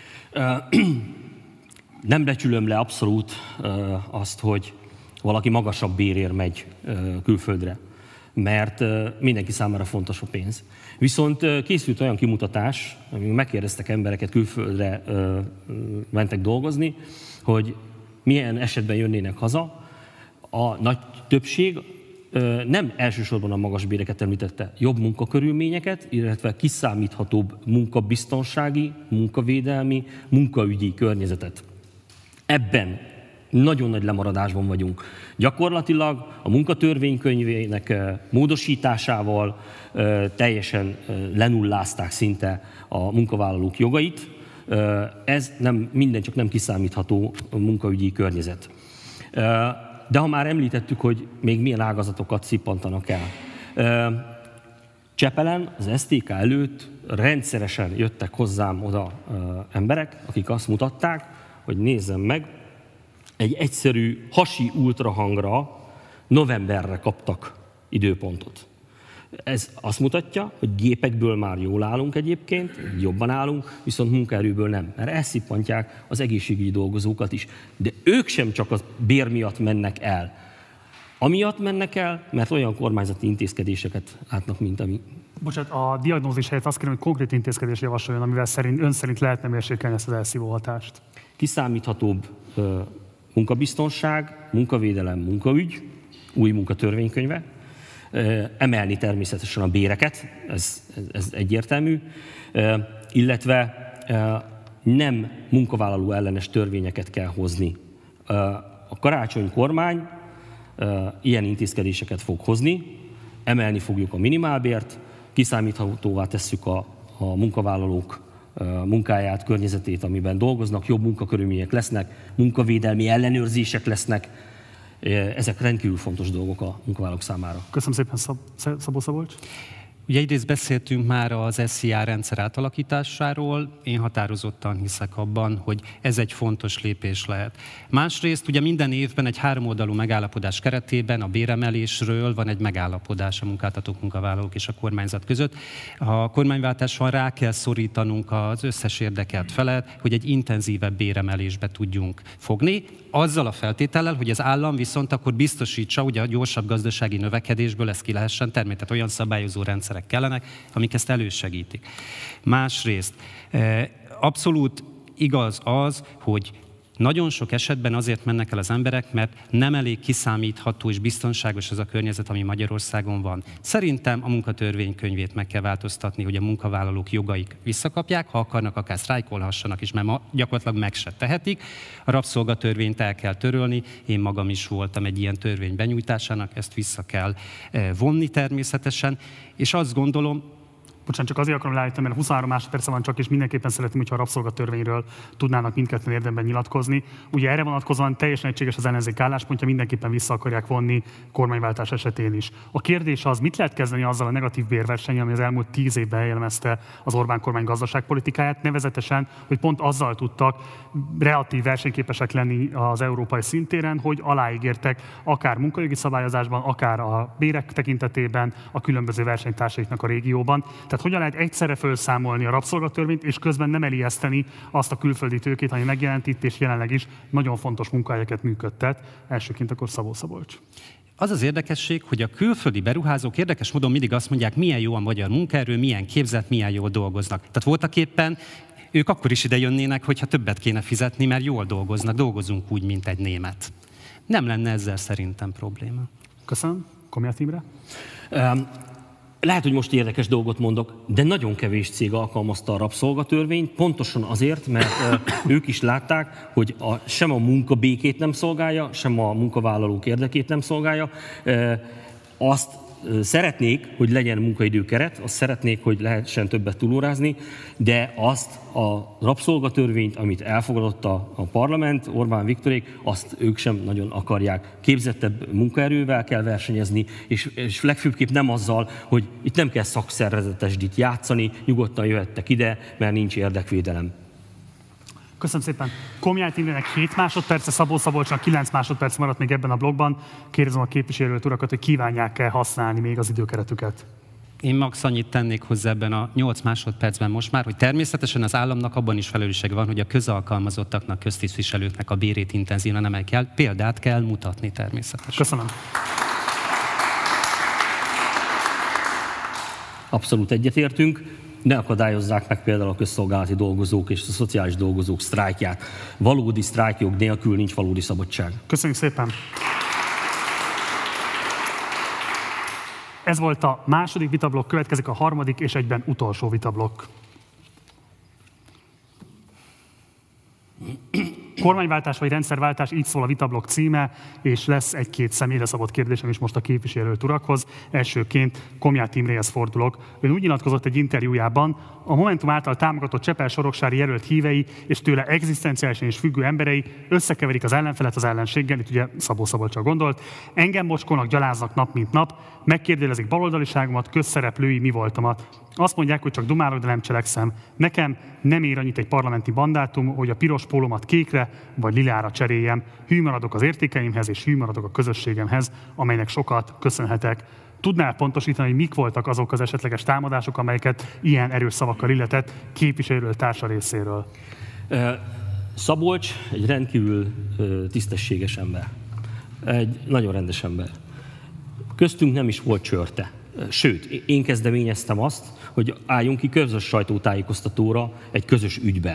Nem becsülöm le abszolút azt, hogy valaki magasabb bérért megy külföldre, mert mindenki számára fontos a pénz. Viszont készült olyan kimutatás, amikor megkérdeztek embereket, külföldre mentek dolgozni, hogy milyen esetben jönnének haza. A nagy többség nem elsősorban a magas béreket említette, jobb munkakörülményeket, illetve kiszámíthatóbb munkabiztonsági, munkavédelmi, munkaügyi környezetet. Ebben nagyon nagy lemaradásban vagyunk. Gyakorlatilag a munkatörvénykönyvének módosításával teljesen lenullázták szinte a munkavállalók jogait. Ez csak nem kiszámítható munkaügyi környezet. De ha már említettük, hogy még milyen ágazatokat szippantanak el. Csepelen, az STK előtt rendszeresen jöttek hozzám oda emberek, akik azt mutatták, hogy nézzem meg, egy egyszerű hasi ultrahangra novemberre kaptak időpontot. Ez azt mutatja, hogy gépekből már jól állunk egyébként, jobban állunk, viszont munkaerőből nem, mert elszippantják az egészségügyi dolgozókat is. De ők sem csak a bér miatt mennek el. Amiatt mennek el, mert olyan kormányzati intézkedéseket látnak, mint ami... Bocsánat, a diagnózis helyett azt kérem, hogy konkrét intézkedést javasoljon, amivel ön szerint lehetne mérsékelni ezt az elszívó hatást. Kiszámíthatóbb munkabiztonság, munkavédelem, munkaügy, új munkatörvénykönyve, emelni természetesen a béreket, ez egyértelmű, illetve nem munkavállaló ellenes törvényeket kell hozni. A Karácsony kormány ilyen intézkedéseket fog hozni, emelni fogjuk a minimálbért, kiszámíthatóvá tesszük a munkavállalók munkáját, környezetét, amiben dolgoznak, jobb munkakörülmények lesznek, munkavédelmi ellenőrzések lesznek. Ezek rendkívül fontos dolgok a munkavállalók számára. Köszönöm szépen, Szabó Szabolcs. Ugye egyrészt beszéltünk már az SZIA rendszer átalakításáról, én határozottan hiszek abban, hogy ez egy fontos lépés lehet. Másrészt ugye minden évben egy 3-oldalú megállapodás keretében a béremelésről van egy megállapodás a munkáltatók, munkavállalók és a kormányzat között. A kormányváltáson rá kell szorítanunk az összes érdekelt felet, hogy egy intenzívebb béremelésbe tudjunk fogni, azzal a feltétellel, hogy az állam viszont akkor biztosítsa, hogy a gyorsabb gazdasági növekedésből ezt ki lehessen termelni. Tehát olyan szabályozó rendszerek kellenek, amik ezt elősegítik. Másrészt abszolút igaz az, hogy nagyon sok esetben azért mennek el az emberek, mert nem elég kiszámítható és biztonságos az a környezet, ami Magyarországon van. Szerintem a munkatörvénykönyvét meg kell változtatni, hogy a munkavállalók jogaik visszakapják, ha akarnak, akár sztrájkolhassanak is, mert ma gyakorlatilag meg se tehetik. A rabszolgatörvényt el kell törölni, én magam is voltam egy ilyen törvény benyújtásának, ezt vissza kell vonni természetesen, és azt gondolom, Bocsánat, csak azért akarom leállítani, mert 23 másodperce van csak, és mindenképpen szeretném, hogyha a rabszolgatörvényről tudnának mindketten érdemben nyilatkozni. Ugye erre vonatkozóan teljesen egységes az ellenzék álláspontja, mindenképpen vissza akarják vonni kormányváltás esetén is. A kérdés az, mit lehet kezdeni azzal a negatív bérversennyel, ami az elmúlt 10 évben jellemezte az Orbán kormány gazdaságpolitikáját, nevezetesen, hogy pont azzal tudtak relatív versenyképesek lenni az európai szintéren, hogy aláígértek akár munkajogi szabályozásban, akár a bérek tekintetében a különböző versenytársaiknak a régióban. Tehát hogyan lehet egyszerre felszámolni a rabszolgatörvényt, és közben nem elijeszteni azt a külföldi tőkét, ami megjelent itt, és jelenleg is nagyon fontos munkahelyeket működtet. Elsőként akkor Szabó Szabolcs. Az az érdekesség, hogy a külföldi beruházók érdekes módon mindig azt mondják, milyen jó a magyar munkaerő, milyen képzett, milyen jól dolgoznak. Tehát voltaképpen ők akkor is ide jönnének, hogyha többet kéne fizetni, mert jól dolgoznak, dolgozunk úgy, mint egy német. Nem lenne ezzel szerintem probléma. Köszönöm. Komjáth Imre. Lehet, hogy most érdekes dolgot mondok, de nagyon kevés cég alkalmazta a rabszolgatörvényt, pontosan azért, mert ők is látták, hogy sem a munkabékét nem szolgálja, sem a munkavállalók érdekét nem szolgálja. Azt szeretnék, hogy legyen munkaidőkeret, azt szeretnék, hogy lehessen többet túlórázni, de azt a rabszolgatörvényt, amit elfogadott a parlament, Orbán Viktorék, azt ők sem nagyon akarják. Képzettebb munkaerővel kell versenyezni, és legfőbbképp nem azzal, hogy itt nem kell szakszervezetesdit játszani, nyugodtan jöhettek ide, mert nincs érdekvédelem. Köszönöm szépen. Komjáth Imrének 7 másodperce, Szabó Szabolcsnak 9 másodperc maradt még ebben a blogban. Kérdezem a képviselőt urakat, hogy kívánják-e használni még az időkeretüket. Én max annyit tennék hozzá ebben a 8 másodpercben most már, hogy természetesen az államnak abban is felelőssége van, hogy a közalkalmazottaknak, köztisztviselőknek a bérét intenzíven emelni kell. Példát kell mutatni természetesen. Köszönöm. Abszolút egyetértünk. Ne akadályozzák meg például a közszolgálati dolgozók és a szociális dolgozók sztrájkját. Valódi sztrájkjog nélkül nincs valódi szabadság. Köszönjük szépen! Ez volt a második vitablokk, következik a harmadik és egyben utolsó vitablokk. Kormányváltás vagy rendszerváltás, így szól a vitablokk címe, és lesz egy-két személyre szabott kérdésem is most a képviselőt urakhoz. Elsőként Komjáth Imréhez fordulok. Ön úgy nyilatkozott egy interjújában, a Momentum által támogatott Csepel-Soroksári jelölt hívei és tőle egzisztenciálisan is függő emberei összekeverik az ellenfelet az ellenséggel, itt ugye Szabó Szabolcsra gondolt, engem mocskolnak, gyaláznak nap mint nap, megkérdőjelezik baloldaliságomat, közszereplői mi voltamat. Azt mondják, hogy csak dumálok, de nem cselekszem. Nekem nem ér annyit egy parlamenti mandátum, hogy a piros pólómat kékre vagy lilára cseréljem. Hű maradok az értékeimhez és hű maradok a közösségemhez, amelynek sokat köszönhetek. Tudnál pontosítani, hogy mik voltak azok az esetleges támadások, amelyeket ilyen erős szavakkal illetett képviselő társa részéről? Szabolcs egy rendkívül tisztességes ember. Egy nagyon rendes ember. Köztünk nem is volt csörte. Sőt, én kezdeményeztem azt, hogy álljunk ki közös sajtótájékoztatóra egy közös ügyben.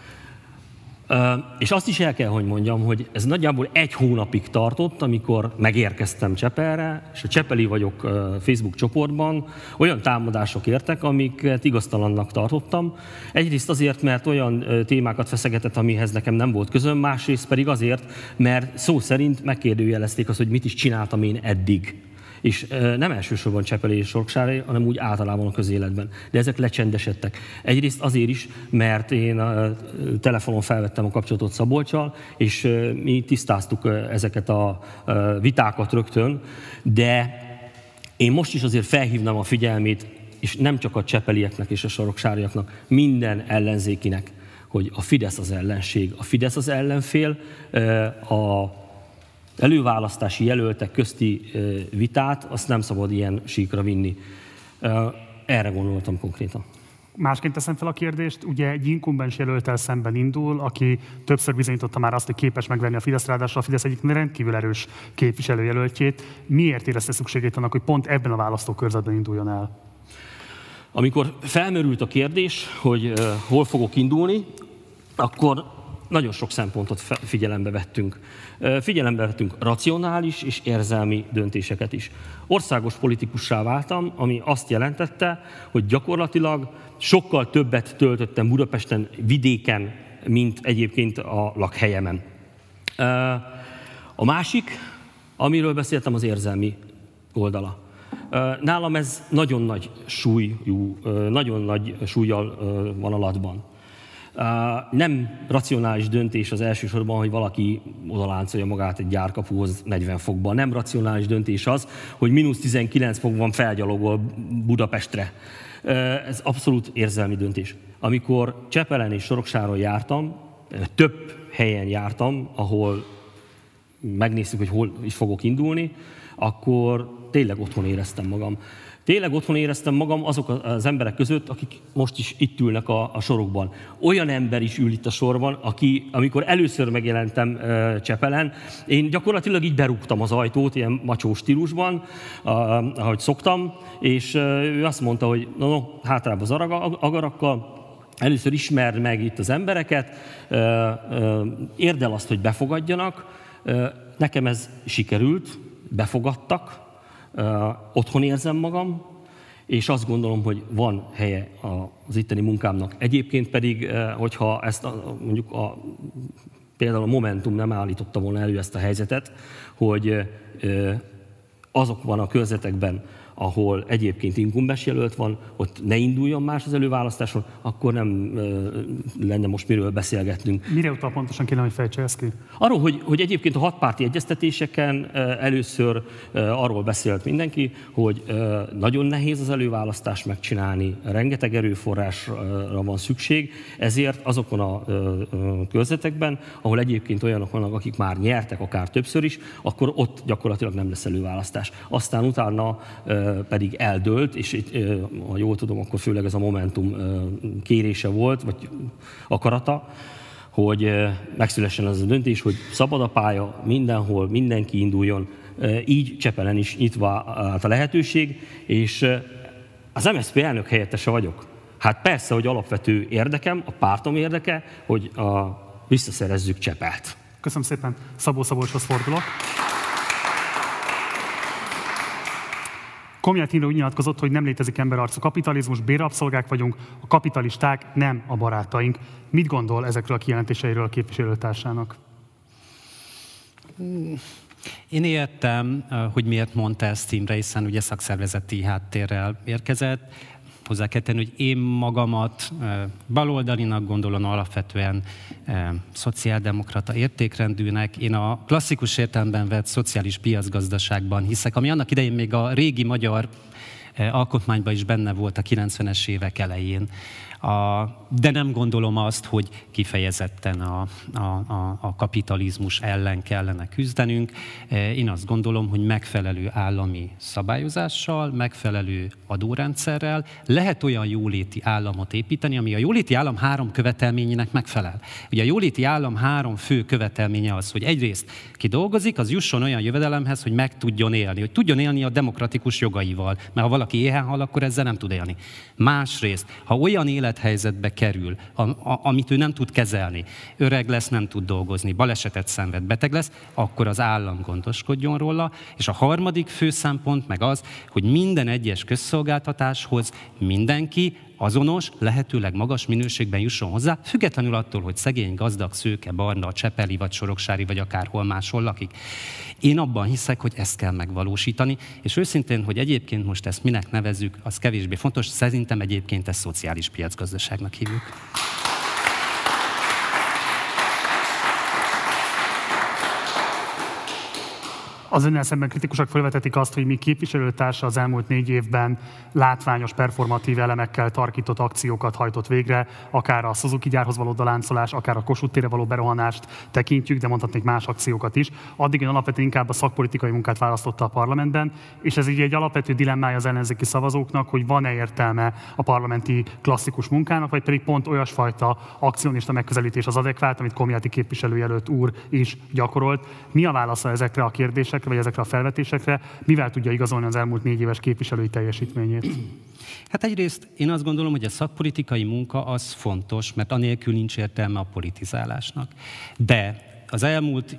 És azt is el kell, hogy mondjam, hogy ez nagyjából 1 hónapig tartott, amikor megérkeztem Csepelre, és a Csepeli vagyok Facebook csoportban olyan támadások értek, amiket igaztalannak tartottam. Egyrészt azért, mert olyan témákat feszegetett, amihez nekem nem volt közöm, másrészt pedig azért, mert szó szerint megkérdőjelezték azt, hogy mit is csináltam én eddig. És nem elsősorban Csepeli és Soroksári, hanem úgy általában a közéletben. De ezek lecsendesedtek. Egyrészt azért is, mert én a telefonon felvettem a kapcsolatot Szabolccsal, és mi tisztáztuk ezeket a vitákat rögtön, de én most is azért felhívnám a figyelmét és nem csak a csepelieknek és a soroksáriaknak, minden ellenzékinek, hogy a Fidesz az ellenség, a Fidesz az ellenfél, a előválasztási jelöltek közti vitát, azt nem szabad ilyen síkra vinni. Erre gondoltam konkrétan. Másként teszem fel a kérdést, ugye egy inkumbens jelölttel szemben indul, aki többször bizonyította már azt, hogy képes megvenni a Fidesz, ráadásul a Fidesz egyik rendkívül erős képviselőjelöltjét. Miért érezte szükségét annak, hogy pont ebben a választókörzetben induljon el? Amikor felmerült a kérdés, hogy hol fogok indulni, akkor nagyon sok szempontot figyelembe vettünk. Figyelembe vettünk racionális és érzelmi döntéseket is. Országos politikussá váltam, ami azt jelentette, hogy gyakorlatilag sokkal többet töltöttem Budapesten, vidéken, mint egyébként a lakhelyemen. A másik, amiről beszéltem, az érzelmi oldala. Nálam ez nagyon nagy súllyal van alatban. Nem racionális döntés az elsősorban, hogy valaki odaláncolja magát egy gyárkapuhoz 40 fokban. Nem racionális döntés az, hogy -19 fokban felgyalogol Budapestre. Ez abszolút érzelmi döntés. Amikor Csepelen és Soroksáron jártam, több helyen jártam, ahol megnéztük, hogy hol is fogok indulni, akkor tényleg otthon éreztem magam. Tényleg otthon éreztem magam azok az emberek között, akik most is itt ülnek a sorokban. Olyan ember is ül itt a sorban, aki, amikor először megjelentem Csepelen, én gyakorlatilag így berúgtam az ajtót, ilyen macsó stílusban, ahogy szoktam, és ő azt mondta, hogy hátrább az agarakkal, először ismerd meg itt az embereket, érd el azt, hogy befogadjanak. Nekem ez sikerült, befogadtak, otthon érzem magam, és azt gondolom, hogy van helye az itteni munkámnak. Egyébként pedig, hogyha ezt mondjuk például a Momentum nem állította volna elő ezt a helyzetet, hogy azokban a körzetekben, ahol egyébként inkumbens jelölt van, ott ne induljon más az előválasztáson, akkor nem lenne most miről beszélgetnünk. Mire utal pontosan kéne, hogy fejtse ezt ki? Arról, hogy egyébként a 6 párti egyeztetéseken először arról beszélt mindenki, hogy nagyon nehéz az előválasztást megcsinálni, rengeteg erőforrásra van szükség, ezért azokon a körzetekben, ahol egyébként olyanok vannak, akik már nyertek akár többször is, akkor ott gyakorlatilag nem lesz előválasztás. Aztán utána pedig eldőlt, és itt, ha jól tudom, akkor főleg ez a Momentum kérése volt, vagy akarata, hogy megszülessen az a döntés, hogy szabad a pálya, mindenhol, mindenki induljon, így Csepelen is nyitva állt a lehetőség, és az MSZP elnök helyettese vagyok. Hát persze, hogy alapvető érdekem, a pártom érdeke, hogy visszaszerezzük Csepelt. Köszönöm szépen, Szabó Szabolcshoz fordulok. Komját Tino úgy nyilatkozott, hogy nem létezik emberarcú kapitalizmus, bérrabszolgák vagyunk, a kapitalisták nem a barátaink. Mit gondol ezekről a kijelentéseiről a képviselőtársának? Én értem, hogy miért mondta ezt Imre, hiszen ugye szakszervezeti háttérrel érkezett. Hozzá kell tenni, hogy én magamat baloldalinak gondolom, alapvetően szociáldemokrata értékrendűnek. Én a klasszikus értelemben vett szociális piacgazdaságban hiszek, ami annak idején még a régi magyar alkotmányban is benne volt a 90-es évek elején. De nem gondolom azt, hogy kifejezetten a kapitalizmus ellen kellene küzdenünk. Én azt gondolom, hogy megfelelő állami szabályozással, megfelelő adórendszerrel lehet olyan jóléti államot építeni, ami a jóléti állam 3 követelményének megfelel. Ugye a jóléti állam 3 fő követelménye az, hogy egyrészt ki dolgozik, az jusson olyan jövedelemhez, hogy meg tudjon élni, hogy tudjon élni a demokratikus jogaival, mert ha valaki éhen hal, akkor ezzel nem tud élni. Másrészt, ha olyan élethelyzetbe kerül, amit ő nem tud kezelni, öreg lesz, nem tud dolgozni, balesetet szenved, beteg lesz, akkor az állam gondoskodjon róla, és a harmadik fő szempont meg az, hogy minden egyes közszolgáltatáshoz mindenki azonos, lehetőleg magas minőségben jusson hozzá, függetlenül attól, hogy szegény, gazdag, szőke, barna, csepeli, vagy soroksári, vagy akárhol máshol lakik. Én abban hiszek, hogy ezt kell megvalósítani, és őszintén, hogy egyébként most ezt minek nevezzük, az kevésbé fontos, szerintem egyébként ezt szociális piacgazdaságnak hívjuk. Az önnel szemben kritikusak felvetetik azt, hogy mi képviselőtársa az elmúlt 4 évben látványos, performatív elemekkel tarkított akciókat hajtott végre, akár a Suzuki gyárhoz való láncolás, akár a Kossuth térre való berohanást tekintjük, de mondhatnék más akciókat is. Addig ön alapvetően inkább a szakpolitikai munkát választotta a parlamentben, és ez így egy alapvető dilemmája az ellenzéki szavazóknak, hogy van-e értelme a parlamenti klasszikus munkának, vagy pedig pont olyasfajta akcionista megközelítés az adekvát, amit Komjáthy képviselőjelölt úr is gyakorolt. Mi a válasza ezekre a kérdésekre, vagy ezekre a felvetésekre? Mivel tudja igazolni az elmúlt 4 éves képviselői teljesítményét? Hát egyrészt én azt gondolom, hogy a szakpolitikai munka az fontos, mert anélkül nincs értelme a politizálásnak. De az elmúlt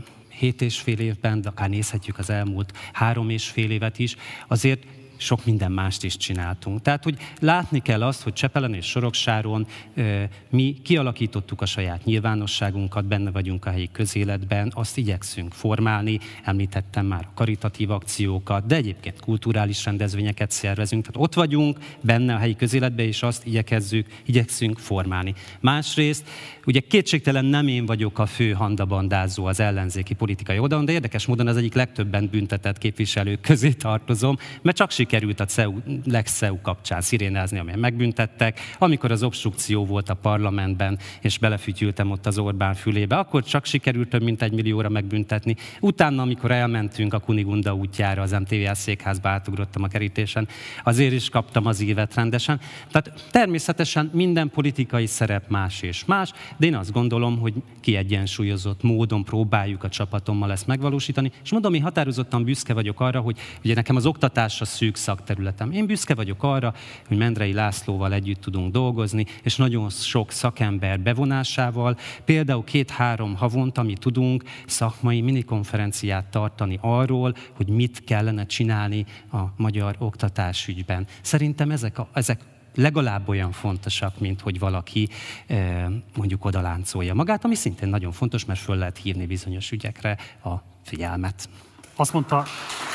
7,5 évben, de akár nézhetjük az elmúlt 3,5 évet is, azért sok minden mást is csináltunk. Tehát, hogy látni kell azt, hogy Csepelen és Soroksáron mi kialakítottuk a saját nyilvánosságunkat, benne vagyunk a helyi közéletben, azt igyekszünk formálni, említettem már a karitatív akciókat, de egyébként kulturális rendezvényeket szervezünk, tehát ott vagyunk benne a helyi közéletben, és azt igyekszünk formálni. Másrészt, ugye kétségtelen nem én vagyok a fő handabandázó az ellenzéki politikai oldalon, de érdekes módon az egyik legtöbben büntetett képviselők közé tartozom, mert csak sikerült a Lex CEU kapcsán szirénázni, amelyen megbüntettek. Amikor az obstrukció volt a parlamentben, és belefütyültem ott az Orbán fülébe, akkor csak sikerült több mint 1 millióra megbüntetni. Utána, amikor elmentünk a Kunigunda útjára, az MTVS székházba átugrottam a kerítésen, azért is kaptam az évet rendesen. Tehát természetesen minden politikai szerep más és más, de én azt gondolom, hogy kiegyensúlyozott módon próbáljuk a csapatommal ezt megvalósítani, és mondom, én határozottan büszke vagyok arra, hogy ugye nekem az oktatás a szűk szakterületem. Én büszke vagyok arra, hogy Mendrei Lászlóval együtt tudunk dolgozni, és nagyon sok szakember bevonásával, például 2-3 havonta mi tudunk szakmai minikonferenciát tartani arról, hogy mit kellene csinálni a magyar oktatásügyben. Szerintem ezek legalább olyan fontosak, mint hogy valaki mondjuk odaláncolja magát, ami szintén nagyon fontos, mert föl lehet hívni bizonyos ügyekre a figyelmet. Azt mondta,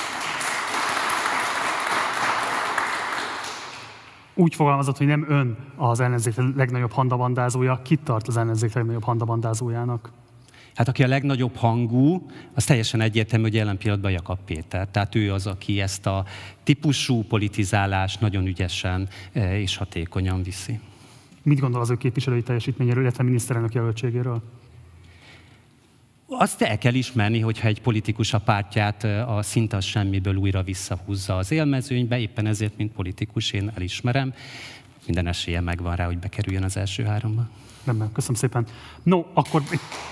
úgy fogalmazott, hogy nem ön az ellenzék legnagyobb handabandázója. Kit tart az ellenzék legnagyobb handabandázójának? Hát aki a legnagyobb hangú, az teljesen egyértelmű, hogy jelen pillanatban Jakab Péter. Tehát ő az, aki ezt a típusú politizálást nagyon ügyesen és hatékonyan viszi. Mit gondol az ő képviselői teljesítményéről, illetve miniszterelnök jelöltségéről? Azt el kell ismerni, hogyha egy politikus a pártját a szinte a semmiből újra visszahúzza az élmezőnybe, éppen ezért, mint politikus, én elismerem. Minden esélye megvan rá, hogy bekerüljön az első 3-ba. Nem, köszönöm szépen. No, akkor...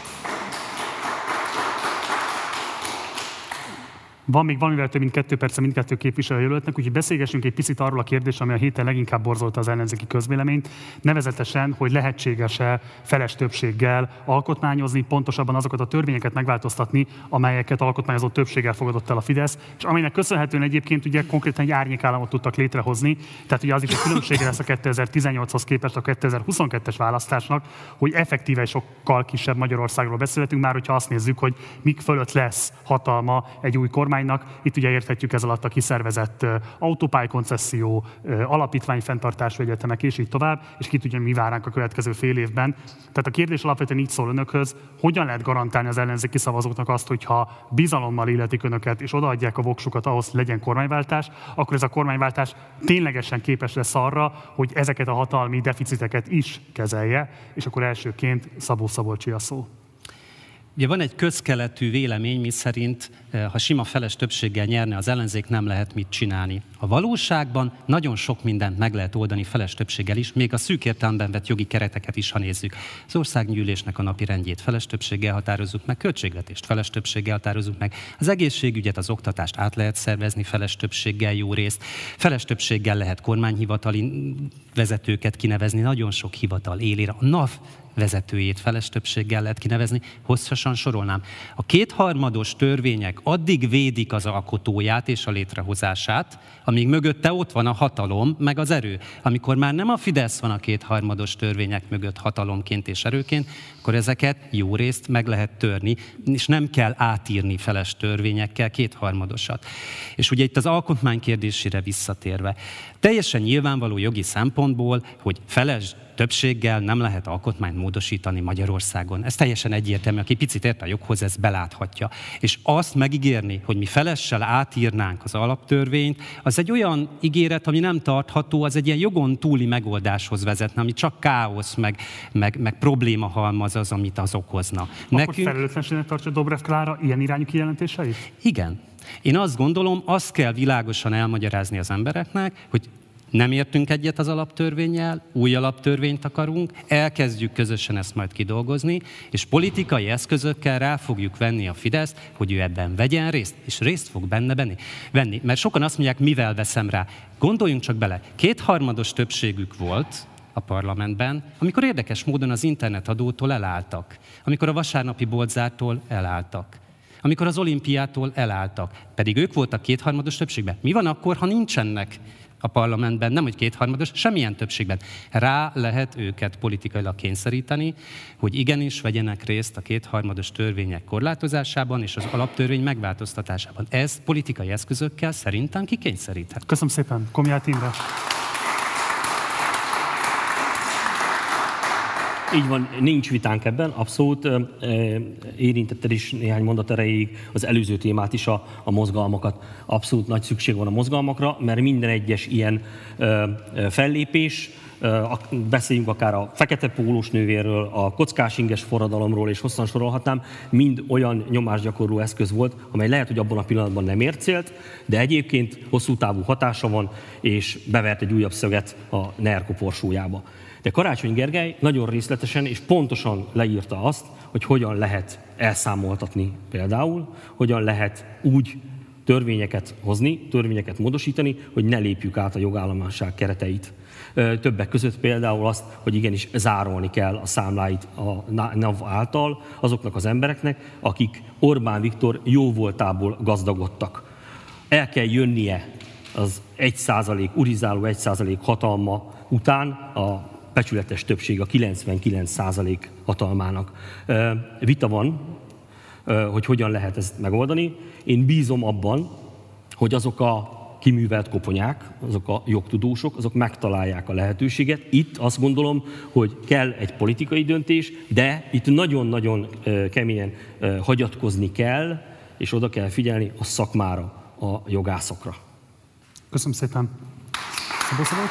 Van még valamivel több mint 2 perce mindkettő képviselőjelöltnek, úgyhogy beszélgessünk egy picit arról a kérdésről, ami a héten leginkább borzolta az ellenzéki közvéleményt, nevezetesen, hogy lehetséges-e feles többséggel alkotmányozni, pontosabban azokat a törvényeket megváltoztatni, amelyeket alkotmányozó többséggel fogadott el a Fidesz, és aminek köszönhetően egyébként ugye konkrétan egy árnyékállamot tudtak létrehozni, tehát ugye az is egy különbsége lesz a 2018-hoz képest a 2022-es választásnak, hogy effektíve sokkal kisebb Magyarországról beszélhetünk, már hogyha azt nézzük, hogy mik fölött lesz hatalma egy új kormány. Itt ugye érthetjük ez alatt a kiszervezett autópálykoncesszió, alapítványfenntartású egyetemek és így tovább, és ki tudja, mi vár ránk a következő fél évben. Tehát a kérdés alapvetően így szól önökhöz, hogyan lehet garantálni az ellenzéki szavazóknak azt, hogyha bizalommal illetik önöket, és odaadják a voksukat ahhoz, hogy legyen kormányváltás, akkor ez a kormányváltás ténylegesen képes lesz arra, hogy ezeket a hatalmi deficiteket is kezelje, és akkor elsőként Szabó Szabolcsé a szó. Ugye van egy közkeletű vélemény, miszerint ha sima feles többséggel nyerne az ellenzék, nem lehet mit csinálni. A valóságban nagyon sok mindent meg lehet oldani feles többséggel is, még a szűk értelemben vett jogi kereteket is, ha nézzük. Az országgyűlésnek a napi rendjét feles többséggel határozzuk meg, költségvetést feles többséggel határozzuk meg, az egészségügyet, az oktatást át lehet szervezni feles többséggel jó részt, feles többséggel lehet kormányhivatali vezetőket kinevezni, nagyon sok hivatal élére. A NAV vezetőjét feles többséggel lehet kinevezni, hosszasan sorolnám. A 2/3 törvények addig védik az alkotóját és a létrehozását, amíg mögötte ott van a hatalom, meg az erő. Amikor már nem a Fidesz van a 2/3 törvények mögött hatalomként és erőként, akkor ezeket jó részt meg lehet törni, és nem kell átírni feles törvényekkel 2/3. És ugye itt az alkotmány kérdésére visszatérve, teljesen nyilvánvaló jogi szempontból, hogy feles többséggel nem lehet alkotmányt módosítani Magyarországon. Ez teljesen egyértelmű, aki picit ért a joghoz, ezt beláthatja. És azt megígérni, hogy mi felessel átírnánk az alaptörvényt, az egy olyan ígéret, ami nem tartható, az egy ilyen jogon túli megoldáshoz vezetne, ami csak káosz, meg probléma halmaz az, amit az okozna. Akkor felelőtlenségnek tartja Dobrev Klára ilyen irányú kijelentéseit? Igen. Én azt gondolom, azt kell világosan elmagyarázni az embereknek, hogy nem értünk egyet az alaptörvénnyel, új alaptörvényt akarunk, elkezdjük közösen ezt majd kidolgozni, és politikai eszközökkel rá fogjuk venni a Fideszt, hogy ő ebben vegyen részt, és részt fog benne venni. Mert sokan azt mondják, mivel veszem rá. Gondoljunk csak bele, 2/3 többségük volt a parlamentben, amikor érdekes módon az internetadótól elálltak, amikor a vasárnapi boltzártól elálltak, amikor az olimpiától elálltak, pedig ők voltak 2/3 többségben. Mi van akkor, ha nincsenek a parlamentben, nem hogy 2/3, semmilyen többségben? Rá lehet őket politikailag kényszeríteni, hogy igenis vegyenek részt a 2/3 törvények korlátozásában és az alaptörvény megváltoztatásában. Ez politikai eszközökkel szerintem kikényszeríthet. Köszönöm szépen. Komjáth Imre. Így van, nincs vitánk ebben, abszolút. Érintetted is néhány mondat erejéig az előző témát is, a mozgalmakat. Abszolút nagy szükség van a mozgalmakra, mert minden egyes ilyen fellépés, beszéljünk akár a fekete pólós nővérről, a kockás inges forradalomról, és hosszan sorolhatnám, mind olyan nyomásgyakorló eszköz volt, amely lehet, hogy abban a pillanatban nem ért célt, de egyébként hosszú távú hatása van, és bevert egy újabb szöget a NER koporsójába. De Karácsony Gergely nagyon részletesen és pontosan leírta azt, hogy hogyan lehet elszámoltatni például, hogyan lehet úgy törvényeket hozni, törvényeket módosítani, hogy ne lépjük át a jogállamiság kereteit. Többek között például azt, hogy igenis zárolni kell a számláit a NAV által azoknak az embereknek, akik Orbán Viktor jóvoltából gazdagodtak. El kell jönnie az 1%, urizáló 1% hatalma után a becsületes többség, a 99% hatalmának. Vita van, hogy hogyan lehet ezt megoldani. Én bízom abban, hogy azok a kiművelt koponyák, azok a jogtudósok, azok megtalálják a lehetőséget. Itt azt gondolom, hogy kell egy politikai döntés, de itt nagyon-nagyon keményen hagyatkozni kell, és oda kell figyelni a szakmára, a jogászokra. Köszönöm szépen. Szabó-Szabolcs?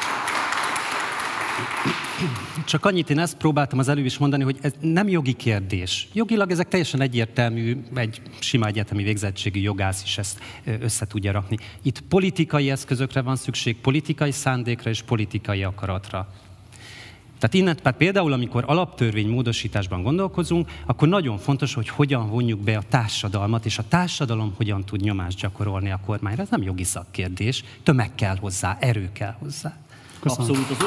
Csak annyit, én ezt próbáltam az előbb is mondani, hogy ez nem jogi kérdés. Jogilag ezek teljesen egyértelmű, egy sima egyetemi végzettségű jogász is ezt össze tudja rakni. Itt politikai eszközökre van szükség, politikai szándékra és politikai akaratra. Tehát például, amikor alaptörvény módosításban gondolkozunk, akkor nagyon fontos, hogy hogyan vonjuk be a társadalmat, és a társadalom hogyan tud nyomást gyakorolni a kormányra. Ez nem jogi szakkérdés, tömeg kell hozzá, erő kell hozzá. Köszönöm. Abszolút.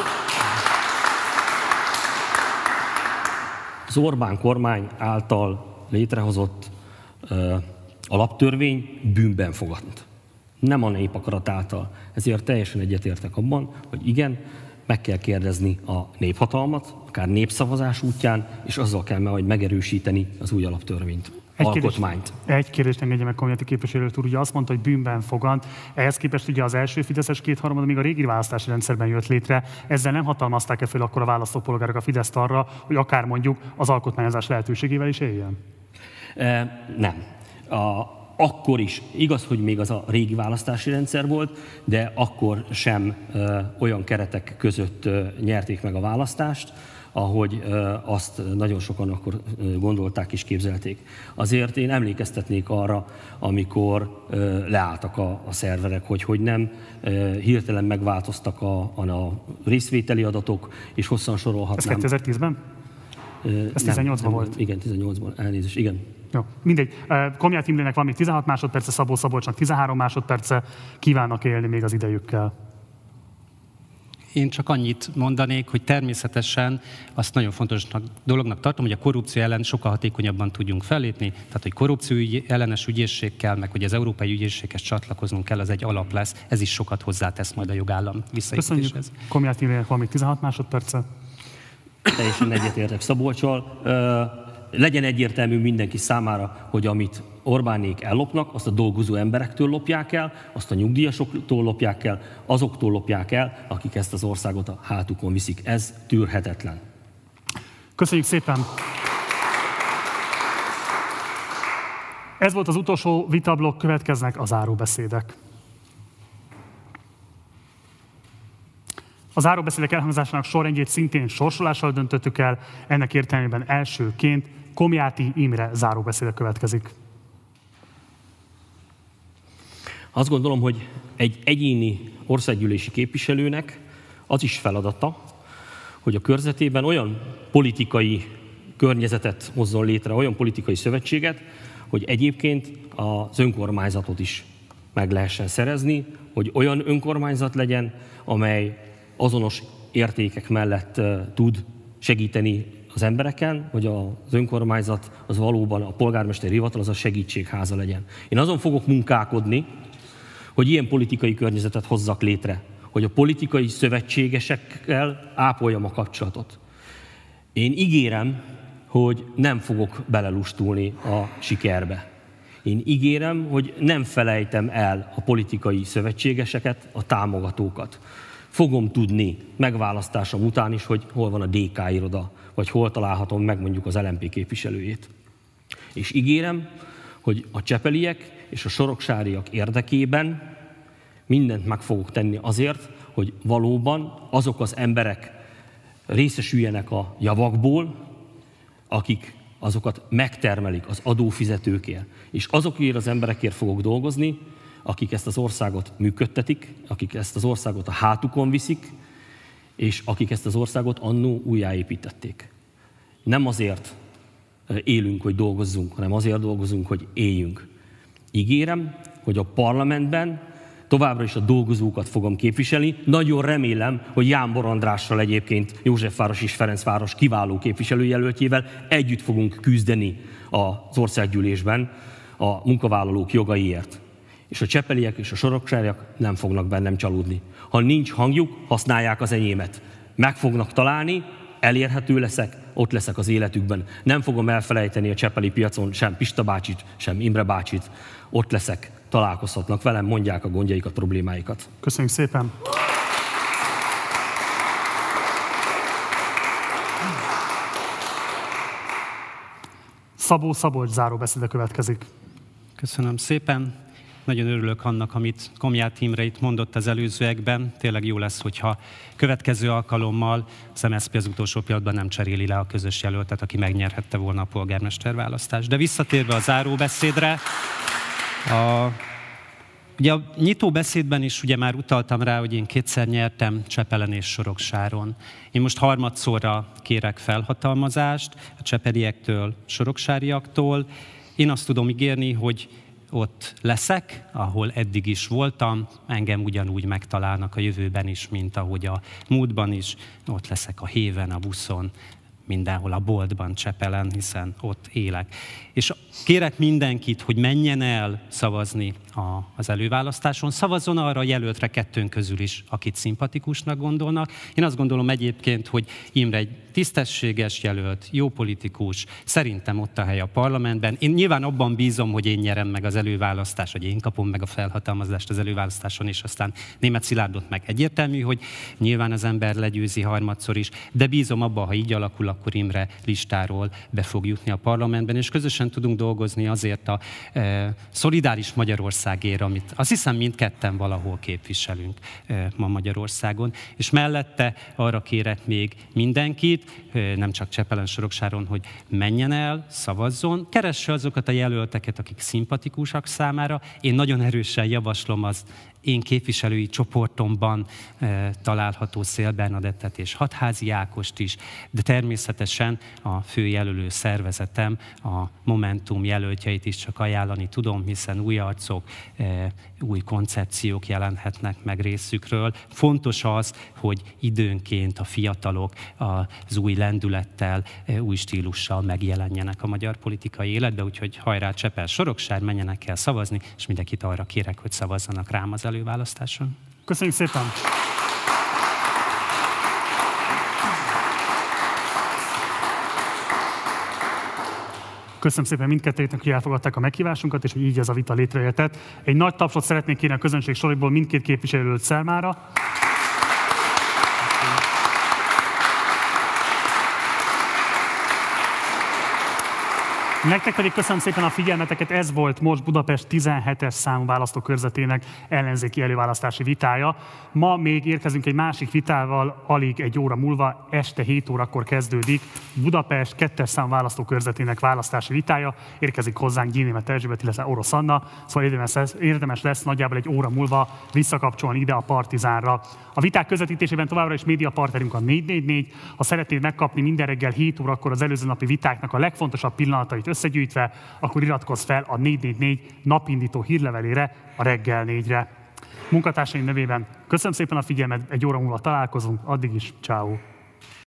Az Orbán kormány által létrehozott alaptörvény bűnben fogant. Nem a nép akarat által. Ezért teljesen egyetértek abban, hogy igen, meg kell kérdezni a néphatalmat, akár népszavazás útján, és azzal kell majd megerősíteni az új alaptörvényt, alkotmányt. Egy kérdést engedje meg Komjáti képviselő úr, ugye azt mondta, hogy bűnben fogant. Ehhez képest ugye az első fideszes 2/3 még a régi választási rendszerben jött létre. Ezzel nem hatalmazták-e föl akkor a választópolgárok a Fideszt arra, hogy akár mondjuk az alkotmányozás lehetőségével is éljen? Nem. Akkor is, igaz, hogy még az a régi választási rendszer volt, de akkor sem olyan keretek között nyerték meg a választást, ahogy azt nagyon sokan akkor gondolták és képzelték. Azért én emlékeztetnék arra, amikor leálltak a szerverek, hogy nem hirtelen megváltoztak a részvételi adatok, és hosszan sorolhatnám. Ez 2010-ben? Ez 18-ban volt? Igen, 18-ban, elnézést, igen. Jó, mindegy. Komjáth Imrének van még 16 másodperce, Szabó-Szabolcsnak 13 másodperce, kívánnak élni még az idejükkel. Én csak annyit mondanék, hogy természetesen azt nagyon fontos dolognak tartom, hogy a korrupció ellen sokkal hatékonyabban tudjunk fellépni, tehát hogy korrupció ellenes ügyészség kell, meg hogy az európai ügyészséghez csatlakoznunk kell, az egy alap lesz, ez is sokat hozzátesz majd a jogállam visszaépítéshez. Köszönjük. Komjáth Imrének van még 16 másodperce. Teljesen egyetértek Szabolccsal. legyen egyértelmű mindenki számára, hogy amit Orbánék ellopnak, azt a dolgozó emberektől lopják el, azt a nyugdíjasoktól lopják el, azoktól lopják el, akik ezt az országot a hátukon viszik. Ez tűrhetetlen. Köszönjük szépen! Ez volt az utolsó vitablokk, következnek a záróbeszédek. A záróbeszédek elhangzásának sorrendjét szintén sorsolással döntöttük el, ennek értelmében elsőként Komjáti Imre záróbeszéde következik. Azt gondolom, hogy egy egyéni országgyűlési képviselőnek az is feladata, hogy a körzetében olyan politikai környezetet hozzon létre, olyan politikai szövetséget, hogy egyébként az önkormányzatot is meg lehessen szerezni, hogy olyan önkormányzat legyen, amely azonos értékek mellett tud segíteni az embereken, hogy az önkormányzat az valóban a polgármesteri hivatal az a segítségháza legyen. Én azon fogok munkálkodni, hogy ilyen politikai környezetet hozzak létre, hogy a politikai szövetségesekkel ápoljam a kapcsolatot. Én ígérem, hogy nem fogok belelustulni a sikerbe. Én ígérem, hogy nem felejtem el a politikai szövetségeseket, a támogatókat. Fogom tudni megválasztásom után is, hogy hol van a DK iroda, vagy hol találhatom meg mondjuk az LMP képviselőjét. És ígérem, hogy a csepeliek és a soroksáriak érdekében mindent meg fogok tenni azért, hogy valóban azok az emberek részesüljenek a javakból, akik azokat megtermelik az adófizetőkért. És azokért az emberekért fogok dolgozni, akik ezt az országot működtetik, akik ezt az országot a hátukon viszik, és akik ezt az országot annó újjáépítették. Nem azért élünk, hogy dolgozzunk, hanem azért dolgozunk, hogy éljünk. Ígérem, hogy a parlamentben továbbra is a dolgozókat fogom képviselni. Nagyon remélem, hogy Jámbor Andrással egyébként Józsefváros és Ferencváros kiváló képviselőjelöltjével együtt fogunk küzdeni az országgyűlésben a munkavállalók jogaiért. És a csepeliek és a soroksáriak nem fognak bennem csalódni. Ha nincs hangjuk, használják az enyémet. Meg fognak találni, elérhető leszek, ott leszek az életükben. Nem fogom elfelejteni a csepeli piacon sem Pista bácsit, sem Imre bácsit. Ott leszek, találkozhatnak velem, mondják a gondjaikat, problémáikat. Köszönjük szépen! Szabó Szabolcs záróbeszéde következik. Köszönöm szépen! Nagyon örülök annak, amit Komjáti Imre itt mondott az előzőekben. Tényleg jó lesz, hogyha következő alkalommal az MSZP az utolsó pillanatban nem cseréli le a közös jelöltet, aki megnyerhette volna a polgármesterválasztást. De visszatérve a záróbeszédre, ugye a nyitóbeszédben is ugye már utaltam rá, hogy én kétszer nyertem Csepelen és Soroksáron. Én most harmadszorra kérek felhatalmazást a csepeliektől, soroksáriaktól. Én azt tudom ígérni, hogy ott leszek, ahol eddig is voltam, engem ugyanúgy megtalálnak a jövőben is, mint ahogy a múltban is. Ott leszek a héven, a buszon, mindenhol a boltban, Csepelen, hiszen ott élek. És kérek mindenkit, hogy menjen el szavazni az előválasztáson, szavazzon arra a jelöltre kettőnk közül is, akit szimpatikusnak gondolnak. Én azt gondolom egyébként, hogy Imre egy tisztességes jelölt, jó politikus, szerintem ott a hely a parlamentben. Én nyilván abban bízom, hogy én nyerem meg az előválasztást, hogy én kapom meg a felhatalmazást az előválasztáson, és aztán Németh Szilárdot meg egyértelmű, hogy nyilván az ember legyőzi harmadszor is, de bízom abban, ha így alakul, akkor Imre listáról be fog jutni a parlamentben, és közösen tudunk dolgozni azért a szolidáris Magyarországért, amit azt hiszem mindketten valahol képviselünk ma Magyarországon. És mellette arra kérek még mindenkit, nem csak Csepelen, Soroksáron, hogy menjen el, szavazzon, keresse azokat a jelölteket, akik szimpatikusak számára. Én nagyon erősen javaslom az én képviselői csoportomban található Széll Bernadettet és Hatházi Ákost is, de természetesen a főjelölő szervezetem, a Momentum jelöltjeit is csak ajánlani tudom, hiszen új arcok, új koncepciók jelenhetnek meg részükről. Fontos az, hogy időnként a fiatalok az új lendülettel, új stílussal megjelenjenek a magyar politikai életbe, úgyhogy hajrá Csepel, Soroksár, menjenek el szavazni, és mindenkit arra kérek, hogy szavazzanak rám az előválasztáson. Köszönjük szépen! Köszönöm szépen mindkettőjüknek, hogy elfogadták a meghívásunkat, és hogy így ez a vita létrejöhetett. Egy nagy tapsot szeretnék kérni a közönség sorából mindkét képviselőt számára. Nektek pedig köszönöm szépen a figyelmeteket, ez volt most Budapest 17-es számú választókörzetének ellenzéki előválasztási vitája. Ma még érkezünk egy másik vitával, alig egy óra múlva, este 7 órakor kezdődik Budapest 2-es számú választókörzetének választási vitája. Érkezik hozzánk Gyénémet Erzsébet, illetve Orosz Anna, szóval érdemes lesz nagyjából egy óra múlva visszakapcsolni ide a Partizánra. A viták közvetítésében továbbra is médiapartnerünk a 444. Ha szeretnéd megkapni minden reggel 7 órakor az előző napi vitáknak a legfontosabb pillanatait összegyűjtve, akkor iratkozz fel a 444 napindító hírlevelére a reggel 4-re. Munkatársaim nevében köszönöm szépen a figyelmet, egy óra múlva találkozunk, addig is, ciao.